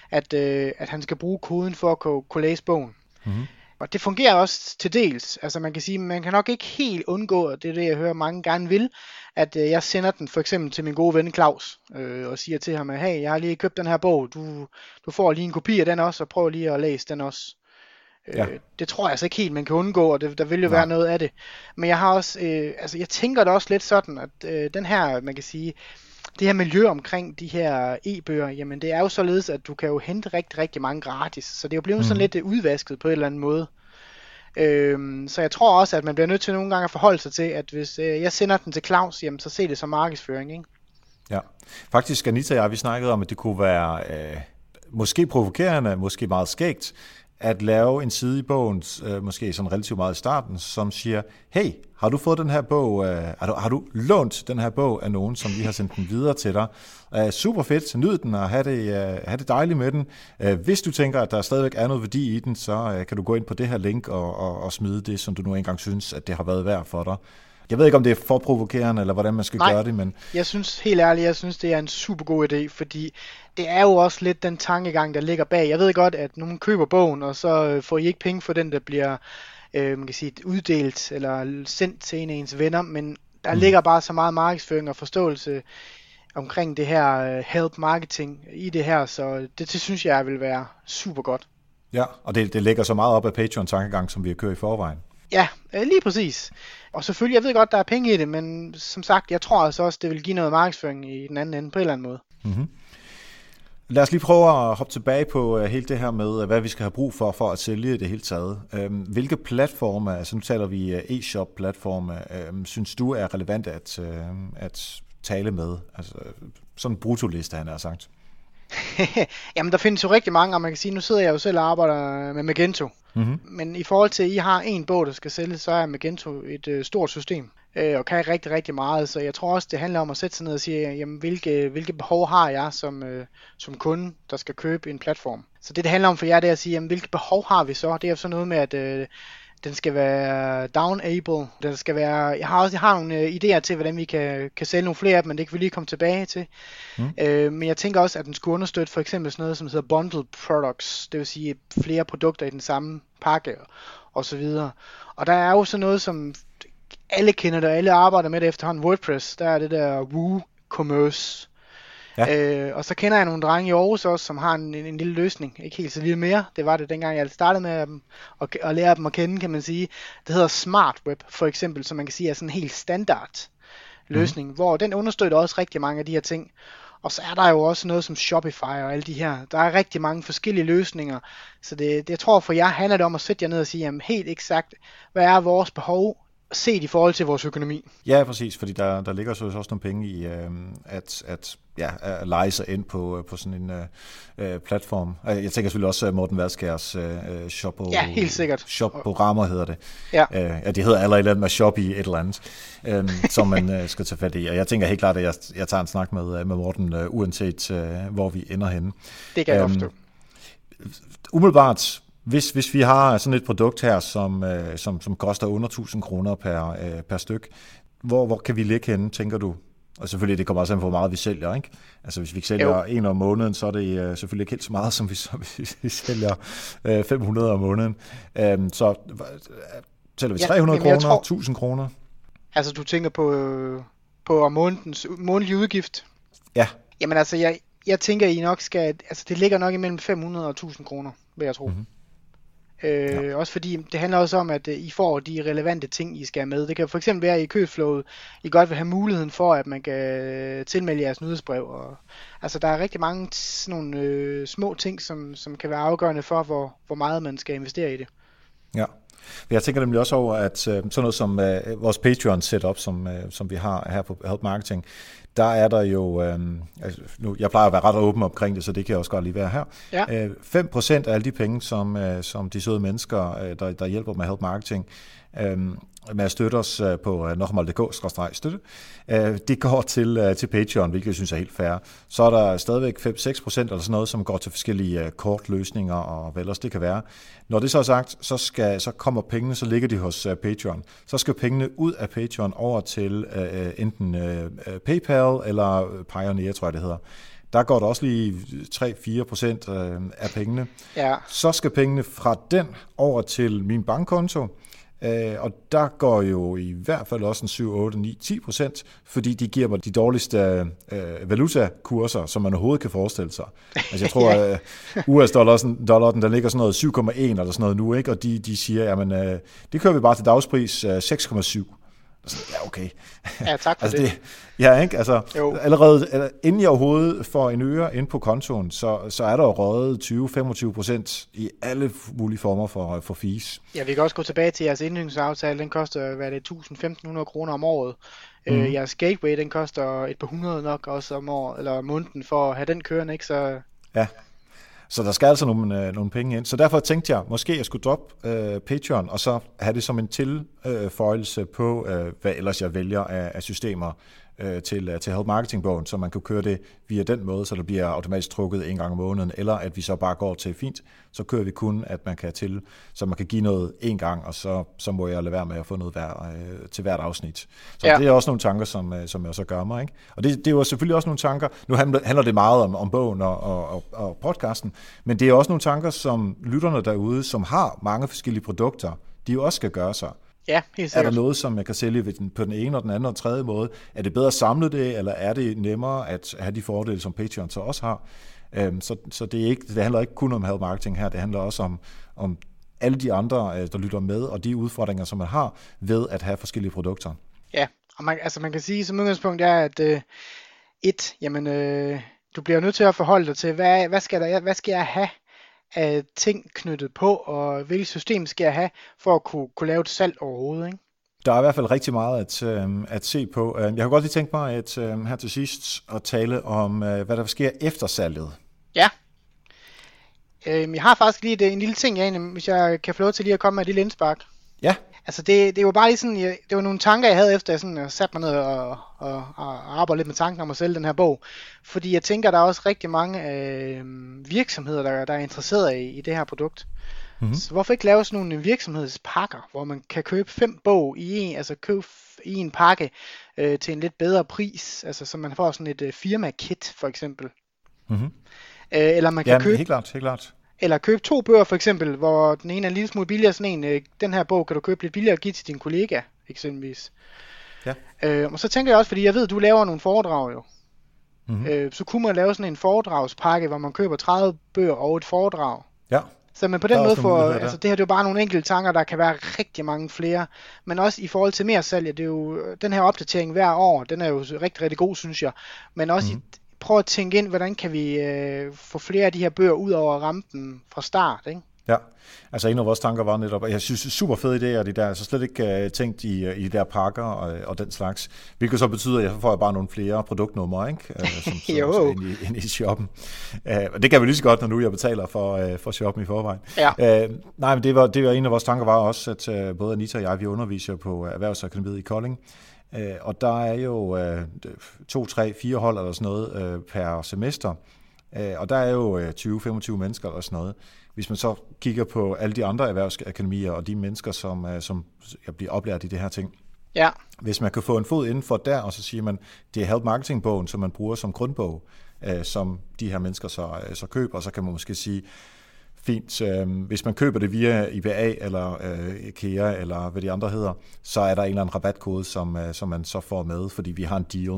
at han skal bruge koden for at kunne læse bogen. Mm-hmm. Og det fungerer også til dels. Altså man kan sige, man kan nok ikke helt undgå, og det er det, jeg hører mange gerne vil, at jeg sender den for eksempel til min gode ven Claus, og siger til ham, hey, jeg har lige købt den her bog, du får lige en kopi af den også, og prøv lige at læse den også. Ja. Det tror jeg altså ikke helt, man kan undgå, og der vil jo være noget af det. Men jeg har også, jeg tænker det også lidt sådan, at den her, man kan sige, det her miljø omkring de her e-bøger, jamen det er jo således, at du kan jo hente rigtig, rigtig mange gratis. Så det er jo blevet sådan lidt udvasket på en eller anden måde. Så jeg tror også, at man bliver nødt til nogle gange at forholde sig til, at hvis jeg sender den til Claus, jamen så ser det som markedsføring, ikke? Ja, faktisk Anita og jeg, vi snakkede om, at det kunne være måske provokerende, måske meget skægt, at lave en side i bogen, måske sådan relativt meget i starten, som siger, hey, har du fået den her bog, har du lånt den her bog af nogen, som vi har sendt den videre til dig? Super fedt, nyd den og have det dejligt med den. Hvis du tænker, at der stadigvæk er noget værdi i den, så kan du gå ind på det her link og smide det, som du nu engang synes, at det har været værd for dig. Jeg ved ikke, om det er for provokerende, eller hvordan man skal gøre det, men... jeg synes helt ærligt, det er en super god idé, fordi det er jo også lidt den tankegang, der ligger bag. Jeg ved godt, at nogen køber bogen, og så får I ikke penge for den, der bliver man kan sige, uddelt eller sendt til en af ens venner, men der ligger bare så meget markedsføring og forståelse omkring det her help marketing i det her, så det synes jeg vil være super godt. Ja, og det lægger så meget op af Patreon-tankegang, som vi har kørt i forvejen. Ja, lige præcis. Og selvfølgelig, jeg ved godt, der er penge i det, men som sagt, jeg tror altså også, det vil give noget markedsføring i den anden ende på en eller anden måde. Mm-hmm. Lad os lige prøve at hoppe tilbage på hele det her med, hvad vi skal have brug for at sælge det hele taget. Hvilke platforme, altså nu taler vi e-shop-platforme, synes du er relevant at tale med? Altså sådan en brutoliste, han har sagt. Jamen, der findes jo rigtig mange, og man kan sige, nu sidder jeg jo selv og arbejder med Magento. Mm-hmm. Men i forhold til, at I har en bog, der skal sælges, så er Magento et stort system, og kan rigtig, rigtig meget. Så jeg tror også, det handler om at sætte sig ned og sige, jamen, hvilke behov har jeg som kunde, der skal købe en platform. Så det handler om for jer, det er at sige, jamen, hvilke behov har vi så? Det er jo sådan noget med, at den skal være downable. Den skal være. Jeg har nogle idéer til, hvordan vi kan sælge nogle flere af dem, men det kan vi lige komme tilbage til. Men jeg tænker også, at den skulle understøtte for eksempel sådan noget, som hedder bundled products. Det vil sige flere produkter i den samme pakke og så videre. Og der er jo sådan noget, som alle kender det, og alle arbejder med det efterhånden. WordPress, der er det der WooCommerce. Ja. Og så kender jeg nogle drenge i Aarhus også, som har en lille løsning. Ikke helt så lille mere. Det var det dengang, jeg startede med dem og lære dem at kende, kan man sige. Det hedder SmartWeb, for eksempel, som man kan sige er sådan en helt standard løsning, hvor den understøtter også rigtig mange af de her ting. Og så er der jo også noget som Shopify og alle de her. Der er rigtig mange forskellige løsninger. Så jeg tror for jer handler det om at sætte jer ned og sige, jamen helt eksakt, hvad er vores behov set i forhold til vores økonomi? Ja, præcis, fordi der ligger så også nogle penge i at lege sig ind på sådan en platform. Jeg tænker selvfølgelig også Morten Vadskærs shop-programmer hedder det. Ja. Det hedder allerede med shop i et eller andet, som man skal tage fat i. Og jeg tænker helt klart, at jeg tager en snak med Morten, uanset hvor vi ender henne. Det kan jeg forstå. Umiddelbart, hvis vi har sådan et produkt her, som koster under 1.000 kroner per styk, hvor kan vi ligge henne, tænker du? Og selvfølgelig, det kommer også an på, hvor meget vi sælger, ikke? Altså, hvis vi sælger en om måneden, så er det selvfølgelig ikke helt så meget, som vi sælger 500 om måneden. Så sælger vi 300 kroner, 1.000 kroner? Altså, du tænker på månedens månedlige udgift? Ja. Jamen altså, jeg tænker, I nok skal... Altså, det ligger nok imellem 500 og 1.000 kroner, vil jeg tro. Mm-hmm. Også fordi det handler også om, at I får de relevante ting, I skal have med. Det kan for eksempel være i købsflowet, I godt vil have muligheden for, at man kan tilmelde jeres nyhedsbrev. Altså der er rigtig mange sådan nogle små ting, som kan være afgørende for, hvor meget man skal investere i det. Ja. Jeg tænker nemlig også over, at sådan noget som vores Patreon setup, som vi har her på Help Marketing, der er der jo, jeg plejer at være ret åben omkring det, så det kan jeg også godt lige være her. Ja. 5% af alle de penge, som de søde mennesker, der hjælper med Help Marketing, med at støtte os på nokmal.dk/støtte, det går til Patreon, hvilket jeg synes er helt fair. Så er der stadigvæk 5-6% eller sådan noget, som går til forskellige kortløsninger og hvad ellers det kan være. Når det så er sagt, så kommer pengene, så ligger de hos Patreon. Så skal pengene ud af Patreon over til enten PayPal eller Pioneer, tror jeg det hedder. Der går der også lige 3-4% af pengene. Ja. Så skal pengene fra den over til min bankkonto. Og der går jo i hvert fald også en 7, 8, 9, 10%, fordi de giver mig de dårligste valutakurser, som man overhovedet kan forestille sig. Altså jeg tror, US-dollaren, der ligger sådan noget 7,1 eller sådan noget nu, ikke? Og de siger, jamen det kører vi bare til dagspris 6,7. Ja, okay. Ja, tak for altså det. Ja, ikke? Altså, allerede inden jeg overhovedet får en øre ind på kontoen, så er der jo røget 20-25% i alle mulige former for fees. Ja, vi kan også gå tilbage til jeres indhængsaftale. Den koster, hvad er det, 1.000-1.500 kroner om året. Jeres gateway, den koster et par hundrede nok også om året, eller måneden for at have den kørende, ikke? Så... Ja. Så der skal altså nogle penge ind. Så derfor tænkte jeg, måske jeg skulle droppe Patreon, og så have det som en tilføjelse på, hvad ellers jeg vælger af systemer til Help Marketing-bogen, så man kan køre det via den måde, så det bliver automatisk trukket en gang om måneden, eller at vi så bare går til fint, så kører vi kun, at man kan så man kan give noget en gang, og så må jeg lade være med at få noget til hvert afsnit. Så det er også nogle tanker, som jeg så gør mig, ikke? Og det er jo selvfølgelig også nogle tanker, nu handler det meget om bogen og podcasten, men det er også nogle tanker, som lytterne derude, som har mange forskellige produkter, de jo også skal gøre sig. Ja, helt Er der sikkert. noget, som jeg kan sælge på den ene og den anden og den tredje måde? Er det bedre at samle det, eller er det nemmere at have de fordele, som Patreon så også har? Så det handler ikke kun om help marketing her, det handler også om alle de andre, der lytter med, og de udfordringer, som man har ved at have forskellige produkter. Ja, og man kan sige som udgangspunkt er, at du bliver nødt til at forholde dig til, hvad skal jeg have af ting knyttet på, og hvilket system skal jeg have, for at kunne lave et salg overhovedet, ikke? Der er i hvert fald rigtig meget at se på. Jeg har godt lige tænkt mig her til sidst at tale om, hvad der sker efter salget. Ja, jeg har faktisk lige en lille ting, hvis jeg kan få lov til lige at komme med et lille indspark. Ja. Altså det var bare lige sådan, det var nogle tanker, jeg havde efter, jeg sådan satte mig ned og arbejdede lidt med tanken om at sælge den her bog. Fordi jeg tænker, der er også rigtig mange virksomheder, der er interesseret i det her produkt. Mm-hmm. Så hvorfor ikke lave sådan nogle virksomhedspakker, hvor man kan købe 5 bog købe i en pakke til en lidt bedre pris, altså så man får sådan et firma-kit for eksempel. Mm-hmm. Eller man kan købe... Helt klart. Eller købe 2 bøger for eksempel, hvor den ene er en lille smule billigere, sådan en, den her bog kan du købe lidt billigere og give til din kollega, eksempelvis. Ja. Og så tænker jeg også, fordi jeg ved, at du laver nogle foredrag jo. Mm-hmm. Så kunne man lave sådan en foredragspakke, hvor man køber 30 bøger og et foredrag. Ja. Så man på den måde får, altså det her det er jo bare nogle enkelte tanker, der kan være rigtig mange flere. Men også i forhold til mere salg, det er jo, den her opdatering hver år, den er jo rigtig, rigtig god, synes jeg. Men også prøv at tænke ind, hvordan kan vi få flere af de her bøger ud over rampen fra start, ikke? Ja, altså en af vores tanker var netop, og jeg synes super fede idéer, de der, altså slet ikke tænkt i de der pakker og den slags, hvilket så betyder, at jeg får bare nogle flere produktnumre, ikke? Som ind i shoppen. Og det kan vi lige så godt, når nu jeg betaler for shoppen i forvejen. Ja. Nej, men det var en af vores tanker var også, at både Anita og jeg, vi underviser på Erhvervsakademiet i Kolding, og der er jo 2, 3, 4 hold eller sådan noget per semester, og der er jo 20-25 mennesker eller sådan noget. Hvis man så kigger på alle de andre erhvervsakademier og de mennesker, som bliver oplært i det her ting. Ja. Hvis man kan få en fod indenfor der, og så siger man, det er help marketing-bogen, som man bruger som grundbog, som de her mennesker så køber, og så kan man måske sige, fint, hvis man køber det via IBA eller IKEA eller hvad de andre hedder, så er der en eller anden rabatkode, som man så får med, fordi vi har en deal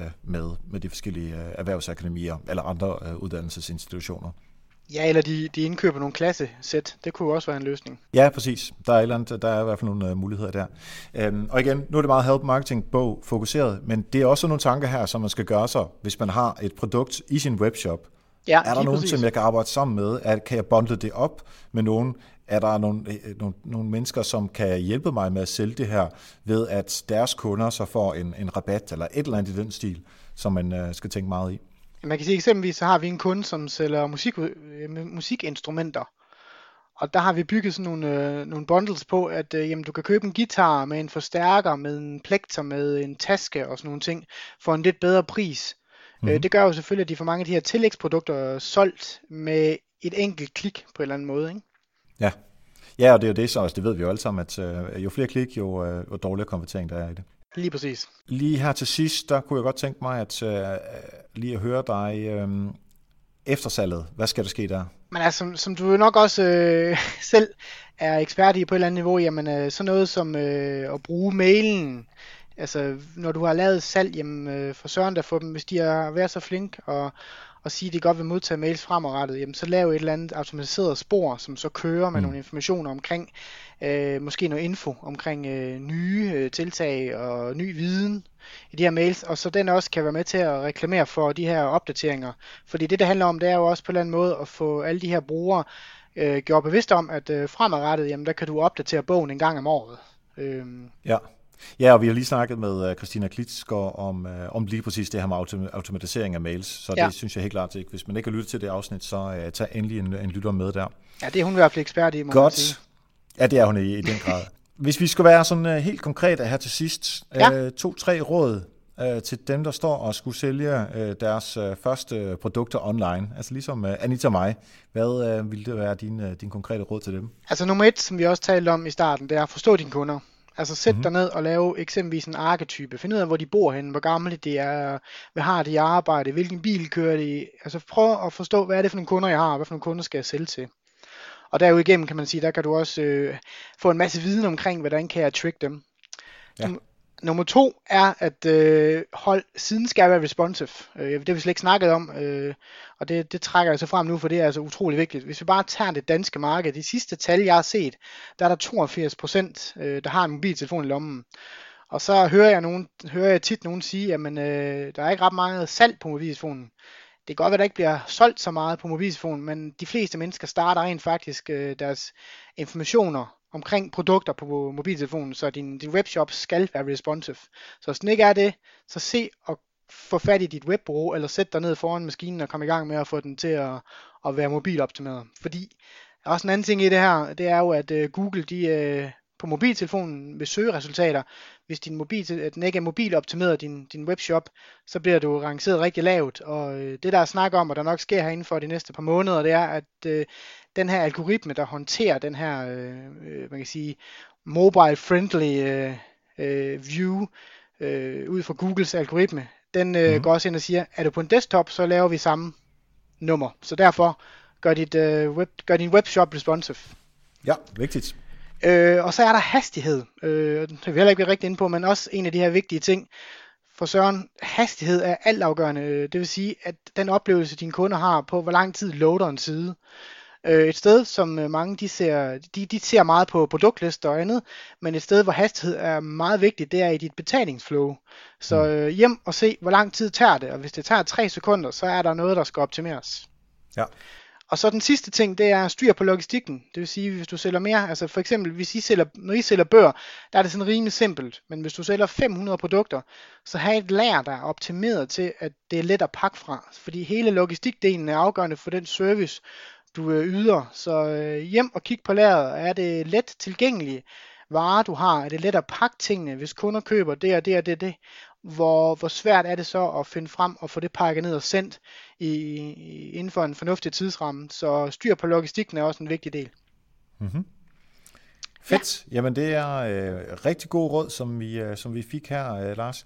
med de forskellige erhvervsakademier eller andre uddannelsesinstitutioner. Ja, eller de indkøber nogle klassesæt. Det kunne også være en løsning. Ja, præcis. Der er i hvert fald nogle muligheder der. Og igen, nu er det meget help marketing bog fokuseret, men det er også nogle tanker her, som man skal gøre sig, hvis man har et produkt i sin webshop. Ja, er der nogen, som jeg kan arbejde sammen med? Kan jeg bundle det op med nogen? Er der nogle mennesker, som kan hjælpe mig med at sælge det her, ved at deres kunder så får en rabat eller et eller andet i den stil, som man skal tænke meget i? Man kan sige eksempelvis, så har vi en kunde, som sælger musikinstrumenter. Og der har vi bygget sådan nogle bundles på, at du kan købe en guitar med en forstærker, med en plekter, med en taske og sådan nogle ting, for en lidt bedre pris. Mm-hmm. Det gør jo selvfølgelig, at de får mange af de her tillægsprodukter solgt med et enkelt klik på en eller anden måde, ikke? Ja. Ja, og det er jo det, så det ved vi jo alle sammen, at jo flere klik, jo dårligere konvertering der er i det. Lige præcis. Lige her til sidst, der kunne jeg godt tænke mig lige at høre dig efter salget. Hvad skal der ske der? Men altså, som du jo nok også selv er ekspert i på et eller andet niveau, jamen sådan noget som at bruge mailen. Altså, når du har lavet salg, jamen for søren der få dem, hvis de har været så flink og sige, at de godt vil modtage mails fremadrettet, jamen så lav et eller andet automatiseret spor, som så kører med nogle informationer omkring, måske noget info omkring nye tiltag og ny viden i de her mails, og så den også kan være med til at reklamere for de her opdateringer. Fordi det handler om, det er jo også på en eller anden måde at få alle de her brugere gjort bevidst om, at fremadrettet, jamen der kan du opdatere bogen en gang om året. Ja, og vi har lige snakket med Christina Klitsgaard om lige præcis det her med automatisering af mails, så det synes jeg helt klart ikke. Hvis man ikke har lyttet til det afsnit, så tag endelig en lytter med der. Ja, det er hun i hvert fald ekspert i, må man sige. Ja, det er hun i den grad. Hvis vi skal være sådan helt konkret her til sidst, 2-3 råd til dem, der står og skulle sælge deres første produkter online, altså ligesom Anita og mig. Hvad ville det være din konkrete råd til dem? Altså nummer 1, som vi også talte om i starten, det er at forstå dine kunder. Altså sæt dig ned og lave eksempelvis en arketype. Find ud af, hvor de bor henne, hvor gamle de er, hvad har de i arbejde, hvilken bil kører de. Altså prøv at forstå, hvad er det for nogle kunder, jeg har, og hvad for nogle kunder skal jeg sælge til. Og derudigennem kan man sige, der kan du også få en masse viden omkring, hvordan kan jeg trick dem. Ja. Nummer 2 er, at siden skal være responsive. Det har vi slet ikke snakket om, og det trækker jeg så frem nu, for det er altså utrolig vigtigt. Hvis vi bare tager det danske marked, de sidste tal, jeg har set, der er der 82%, der har en mobiltelefon i lommen. Og så hører jeg tit nogen sige, at der er ikke ret meget salg på mobiltelefonen. Det kan godt være, at der ikke bliver solgt så meget på mobiltelefonen, men de fleste mennesker starter rent faktisk deres informationer omkring produkter på mobiltelefonen, så din webshop skal være responsive. Så hvis den ikke er det, så se og få fat i dit webbureau, eller sæt dig ned foran maskinen og kom i gang med at få den til at være mobiloptimeret. Fordi også en anden ting i det her, det er jo, at Google, på mobiltelefonen ved søgeresultater, hvis den ikke er mobiloptimeret, din webshop, så bliver du rangeret rigtig lavt. Og det der er snak om, og der nok sker her inden for de næste par måneder, det er, at den her algoritme, der håndterer den her, man kan sige, mobile-friendly view ud fra Googles algoritme, den går også ind og siger, er du på en desktop, så laver vi samme nummer. Så derfor gør din webshop responsive. Ja, vigtigt. Og så er der hastighed. Det vil heller ikke blive rigtig inde på, men også en af de her vigtige ting. For Søren, hastighed er altafgørende. Det vil sige, at den oplevelse, dine kunder har på, hvor lang tid loader en side. Et sted, som mange de ser meget på produktlister og andet, men et sted, hvor hastighed er meget vigtigt, det er i dit betalingsflow. Så hjem og se, hvor lang tid tager det, og hvis det tager 3 sekunder, så er der noget, der skal optimeres. Ja. Og så den sidste ting, det er styr på logistikken. Det vil sige, hvis du sælger mere, altså for eksempel, når I sælger bøger, der er det sådan rimelig simpelt. Men hvis du sælger 500 produkter, så have et lager, der er optimeret til, at det er let at pakke fra. Fordi hele logistikdelen er afgørende for den service, du yder. Så hjem og kig på lageret. Er det let tilgængelige varer, du har? Er det let at pakke tingene, hvis kunder køber det og det og det? Hvor svært er det så at finde frem og få det pakket ned og sendt inden for en fornuftig tidsramme. Så styr på logistikken er også en vigtig del. Mm-hmm. Fedt. Ja. Jamen det er rigtig god råd, som vi fik her, Lars.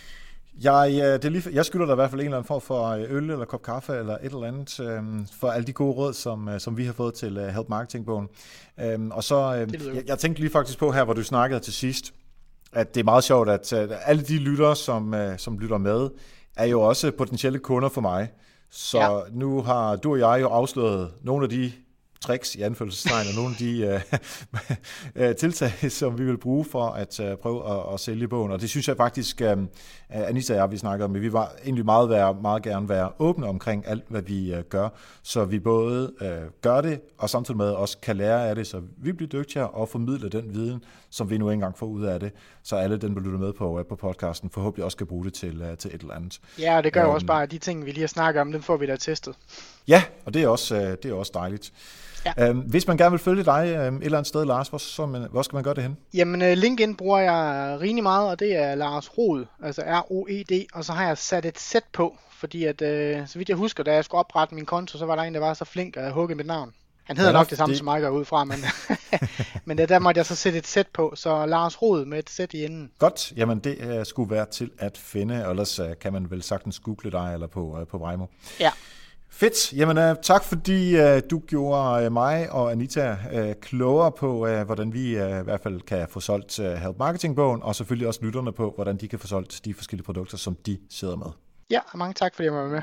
Jeg skylder dig i hvert fald en eller anden form for øl eller kop kaffe eller et eller andet for alle de gode råd, som vi har fået til Help Marketing-bogen. Og så, jeg tænkte lige faktisk på her, hvor du snakkede til sidst, at det er meget sjovt, at alle de lyttere, som lytter med, er jo også potentielle kunder for mig. Så nu har du og jeg jo afsløret nogle af de tricks i anfølgelsestegn og nogle af de tiltag, som vi vil bruge for at prøve at sælge bogen. Og det synes jeg faktisk, Anita og jeg, vi snakkede om, at vi var egentlig meget gerne være åbne omkring alt, hvad vi gør, så vi både gør det, og samtidig med også kan lære af det, så vi bliver dygtigere og formidle den viden, som vi nu engang får ud af det, så alle dem, der lytter med på podcasten, forhåbentlig også kan bruge det til et eller andet. Ja, og det gør jo også bare, at de ting, vi lige har snakket om, dem får vi da testet. Ja, og det er også dejligt. Ja. Hvis man gerne vil følge dig et eller andet sted, Lars, hvor skal man gøre det hen? Jamen, LinkedIn bruger jeg rigtig meget, og det er Lars Roed, altså R-O-E-D, og så har jeg sat et sæt på, fordi at, så vidt jeg husker, da jeg skulle oprette min konto, så var der en, der var så flink at hugge mit navn. Han hedder nok det samme som mig går ud fra, men, men der måtte jeg så sætte et sæt på, så Lars Roed med et sæt i enden. Godt, jamen det skulle være til at finde, og ellers kan man vel sagtens google dig eller på Waymo. Ja. Fedt. Jamen tak fordi du gjorde mig og Anita klogere på, hvordan vi i hvert fald kan få solgt Help Marketing-bogen, og selvfølgelig også lytterne på, hvordan de kan få solgt de forskellige produkter, som de sidder med. Ja, mange tak fordi jeg var med.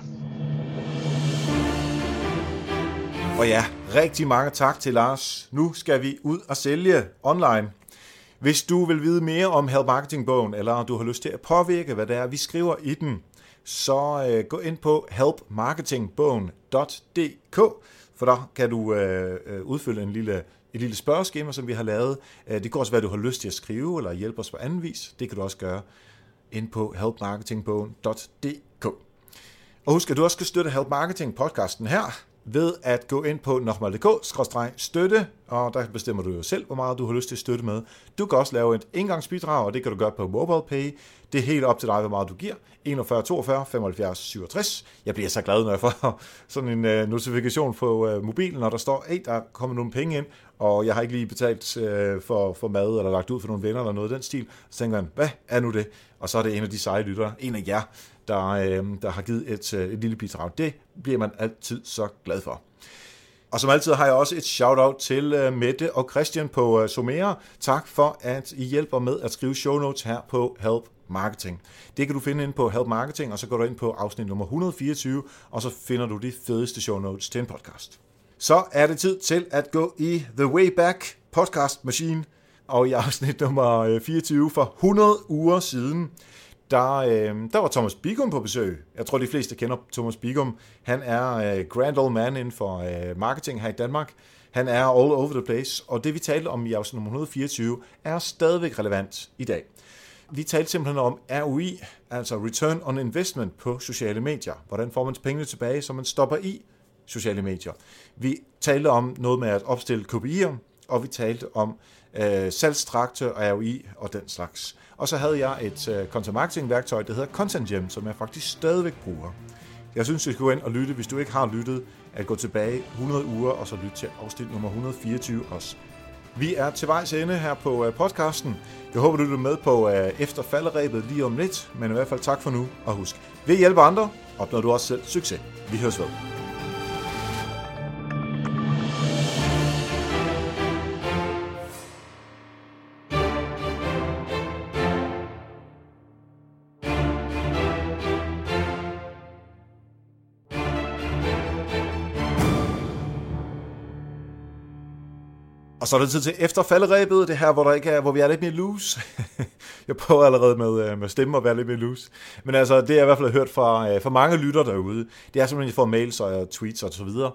Og ja, rigtig mange tak til Lars. Nu skal vi ud og sælge online. Hvis du vil vide mere om Help Marketing-bogen, eller du har lyst til at påvirke, hvad det er, vi skriver i den, så gå ind på helpmarketingbogen.dk, for der kan du udfylde et lille spørgeskema, som vi har lavet. Det kan også være, at du har lyst til at skrive eller hjælpe os på anden vis. Det kan du også gøre ind på helpmarketingbogen.dk. Og husk, at du også skal støtte Help Marketing podcasten her ved at gå ind på nokmal.dk/støtte, og der bestemmer du jo selv, hvor meget du har lyst til at støtte med. Du kan også lave et engangsbidrag, og det kan du gøre på MobilePay. Det er helt op til dig, hvor meget du giver. 41 42 75 67. Jeg bliver så glad, når jeg får sådan en notifikation på mobilen, når der står, der er kommet nogle penge ind, og jeg har ikke lige betalt for mad, eller lagt ud for nogle venner, eller noget af den stil. Så tænker man, hvad er nu det? Og så er det en af de seje lyttere, en af jer, der har givet et lille bidrag. Det bliver man altid så glad for. Og som altid har jeg også et shout-out til Mette og Christian på Somera. Tak for, at I hjælper med at skrive show notes her på Help Marketing. Det kan du finde inde på Help Marketing, og så går du ind på afsnit nummer 124, og så finder du de fedeste show notes til en podcast. Så er det tid til at gå i The Wayback Podcast Machine, og i afsnit nummer 24 for 100 uger siden, der var Thomas Bigum på besøg. Jeg tror, de fleste kender Thomas Bigum. Han er grand old man inden for marketing her i Danmark. Han er all over the place, og det vi talte om i afsnit nummer 124 er stadigvæk relevant i dag. Vi talte simpelthen om ROI, altså Return on Investment på sociale medier. Hvordan får man pengene tilbage, så man stopper i sociale medier. Vi talte om noget med at opstille KPI'er, og vi talte om salgstrakter, ROI og den slags. Og så havde jeg et content marketing værktøj, der hedder Content Gem, som jeg faktisk stadigvæk bruger. Jeg synes, du skal gå ind og lytte, hvis du ikke har lyttet, at gå tilbage 100 uger og så lytte til afsnit nummer 124 også. Vi er til vejs ende her på podcasten. Jeg håber, du lytter med på efter falderebet lige om lidt, men i hvert fald tak for nu, og husk, ved at hjælpe andre, opnår du også selv succes. Vi høres ved. Og så er det tid til efter falderebet, det her, hvor vi er lidt mere loose. Jeg prøver allerede med stemme at være lidt mere loose. Men altså, det jeg i hvert fald har hørt fra mange lytter derude, det er simpelthen, at jeg får mails og tweets og så videre,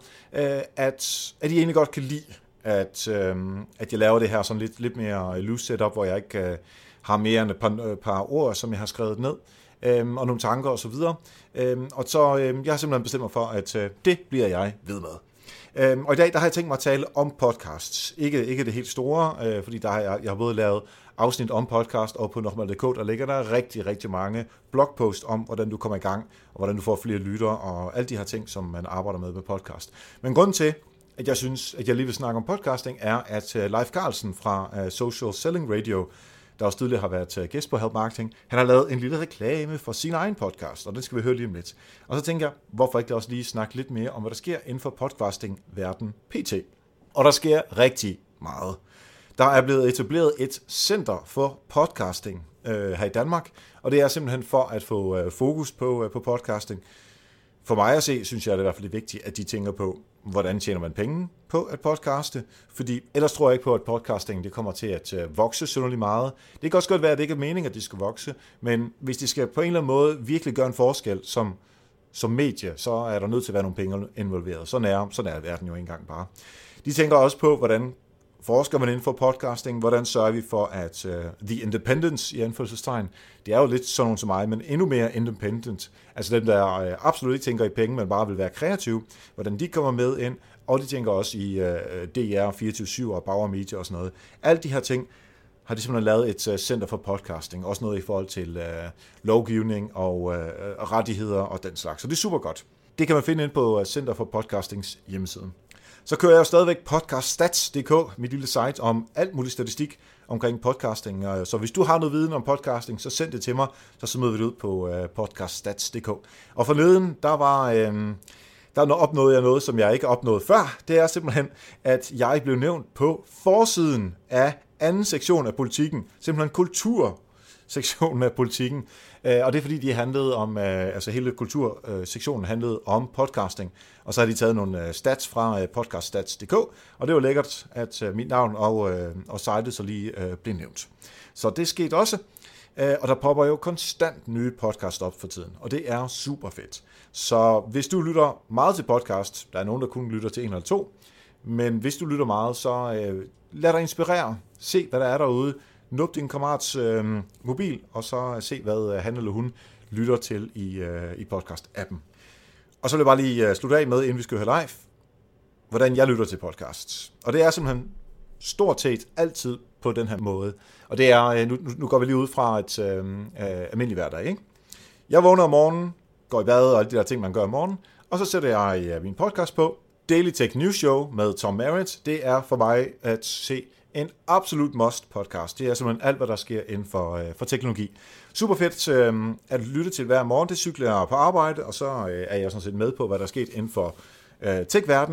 at I egentlig godt kan lide, at jeg laver det her sådan lidt mere loose setup, hvor jeg ikke har mere end et par ord, som jeg har skrevet ned, og nogle tanker og så videre. Og så jeg har simpelthen bestemt mig for, at det bliver jeg ved med. Og i dag der har jeg tænkt mig at tale om podcasts. Ikke det helt store, fordi jeg har både lavet afsnit om podcast, og på Nokmal.dk, der ligger der rigtig, rigtig mange blogposts om, hvordan du kommer i gang, og hvordan du får flere lyttere, og alle de her ting, som man arbejder med podcast. Men grunden til, at jeg synes, at jeg lige vil snakke om podcasting, er, at Leif Carlsen fra Social Selling Radio, der også tidligere har været gæst på Help Marketing, han har lavet en lille reklame for sin egen podcast, og den skal vi høre lige om lidt. Og så tænker jeg, hvorfor ikke også lige snakke lidt mere om, hvad der sker inden for podcasting-verden pt. Og der sker rigtig meget. Der er blevet etableret et center for podcasting her i Danmark, og det er simpelthen for at få fokus på podcasting. For mig at se, synes jeg, det er i hvert fald vigtigt, at de tænker på, hvordan tjener man penge på at podcaste, fordi ellers tror jeg ikke på, at podcasting det kommer til at vokse synderligt meget. Det kan også godt være, at det ikke er meningen, at de skal vokse, men hvis de skal på en eller anden måde virkelig gøre en forskel som medie, så er der nødt til at være nogle penge involveret. Sådan er verden jo engang bare. De tænker også på, hvordan forsker man inden for podcasting, hvordan sørger vi for, at the independence i anførselstegn, det er jo lidt sådan nogen som mig, men endnu mere independent, altså dem, der absolut ikke tænker i penge, men bare vil være kreative, hvordan de kommer med ind, og de tænker også i DR, 24/7 og Bauer Media og sådan noget. Alle de her ting har de simpelthen lavet et center for podcasting, også noget i forhold til lovgivning og rettigheder og den slags, så det er super godt. Det kan man finde ind på Center for Podcastings hjemmesiden. Så kører jeg jo stadigvæk podcaststats.dk, mit lille site om alt mulig statistik omkring podcasting. Så hvis du har noget viden om podcasting, så send det til mig, så smider vi det ud på podcaststats.dk. Og forleden, der opnåede jeg noget, som jeg ikke opnåede før. Det er simpelthen, at jeg blev nævnt på forsiden af anden sektion af Politiken, simpelthen kultursektionen af Politiken. Og det er fordi, de handlede om, altså hele kultursektionen handlede om podcasting. Og så har de taget nogle stats fra podcaststats.dk, og det var lækkert, at mit navn og sitet så lige blev nævnt. Så det skete også, og der popper jo konstant nye podcast op for tiden, og det er super fedt. Så hvis du lytter meget til podcast, der er nogen, der kun lytter til en eller to, men hvis du lytter meget, så lad dig inspirere, se hvad der er derude, nup din kammerats mobil, og så se, hvad han eller hun lytter til i podcast-appen. Og så vil jeg bare lige slutte af med, inden vi skal høre live, hvordan jeg lytter til podcasts. Og det er simpelthen stort set altid på den her måde. Og det er, nu går vi lige ud fra et almindeligt hverdag, ikke? Jeg vågner om morgenen, går i bad og alle de der ting, man gør om morgenen, og så sætter jeg min podcast på. Daily Tech News Show med Tom Merritt. Det er for mig at se en absolut must podcast. Det er simpelthen alt, hvad der sker inden for teknologi. Super fedt at lytte til hver morgen. Det cykler jeg på arbejde, og så er jeg sådan set med på, hvad der er sket inden for tech-verden.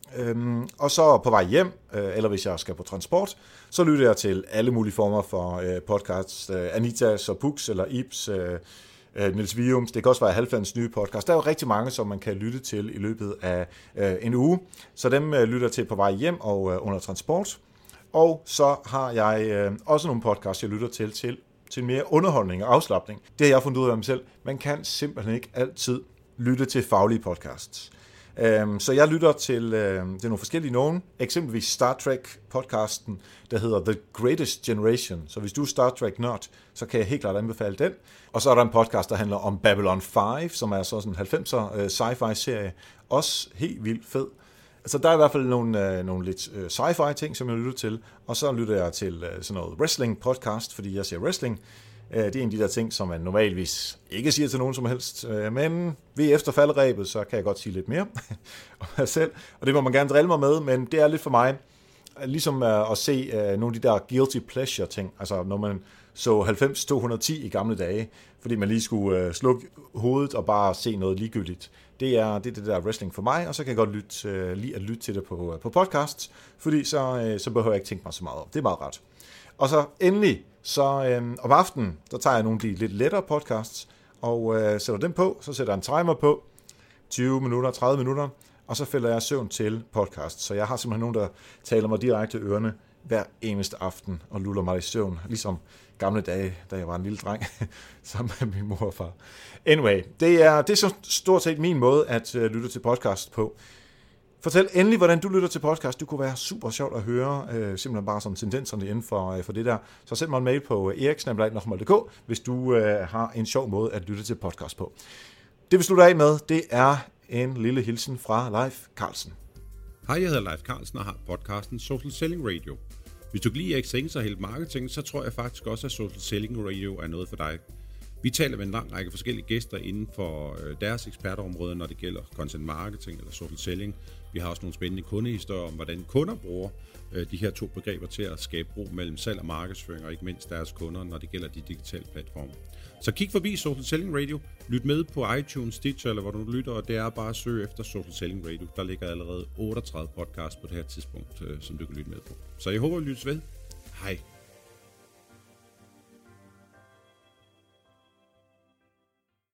Og så på vej hjem, eller hvis jeg skal på transport, så lytter jeg til alle mulige former for podcasts. Anitas og Pux eller Ibs, Niels Viums. Det kan også være Halvfandens nye podcast. Der er jo rigtig mange, som man kan lytte til i løbet af en uge. Så dem lytter jeg til på vej hjem og under transport. Og så har jeg også nogle podcasts, jeg lytter til mere underholdning og afslapning. Det har jeg fundet ud af mig selv. Man kan simpelthen ikke altid lytte til faglige podcasts. Så jeg lytter til nogle forskellige nogen. Eksempelvis Star Trek-podcasten, der hedder The Greatest Generation. Så hvis du er Star Trek-nørd, så kan jeg helt klart anbefale den. Og så er der en podcast, der handler om Babylon 5, som er sådan en 90'er sci-fi-serie. Også helt vildt fed. Så der er i hvert fald nogle lidt sci-fi ting, som jeg lytter til. Og så lytter jeg til sådan noget wrestling-podcast, fordi jeg ser wrestling. Det er en af de der ting, som man normalvis ikke siger til nogen som helst. Men ved efter falderæbet, så kan jeg godt sige lidt mere om mig selv. Og det må man gerne drille mig med, men det er lidt for mig ligesom at se nogle af de der guilty pleasure ting. Altså når man så 90-210 i gamle dage, fordi man lige skulle slukke hovedet og bare se noget ligegyldigt. Det er det der wrestling for mig, og så kan jeg godt lide at lytte til det på podcasts, fordi så behøver jeg ikke tænke mig så meget om. Det er meget rart. Og så endelig, så om aftenen, der tager jeg nogle af de lidt lettere podcasts, og sætter dem på, så sætter jeg en timer på, 20 minutter, 30 minutter, og så falder jeg søvn til podcast. Så jeg har simpelthen nogen, der taler mig direkte i ørerne hver eneste aften, og luller mig i søvn, ligesom gamle dage, da jeg var en lille dreng, sammen med min mor og far. Anyway, det er så stort set min måde at lytte til podcast på. Fortæl endelig, hvordan du lytter til podcast. Det kunne være super sjovt at høre, simpelthen bare sådan tendenserne inden for det der. Så send mig en mail på eriksnabel@nokmal.dk, hvis du har en sjov måde at lytte til podcast på. Det vi slutter af med, det er en lille hilsen fra Leif Carlsen. Hej, jeg hedder Leif Carlsen og har podcasten Social Selling Radio. Hvis du kan lide Exchange og Help Marketing, så tror jeg faktisk også, at Social Selling Radio er noget for dig. Vi taler med en lang række forskellige gæster inden for deres ekspertområder, når det gælder content marketing eller social selling. Vi har også nogle spændende kundehistorier om, hvordan kunder bruger de her to begreber til at skabe bro mellem salg og markedsføring, og ikke mindst deres kunder, når det gælder de digitale platforme. Så kig forbi Social Selling Radio, lyt med på iTunes, Stitcher eller hvor du lytter, og det er bare at søge efter Social Selling Radio. Der ligger allerede 38 podcasts på det her tidspunkt, som du kan lytte med på. Så jeg håber, at lyttes ved. Hej.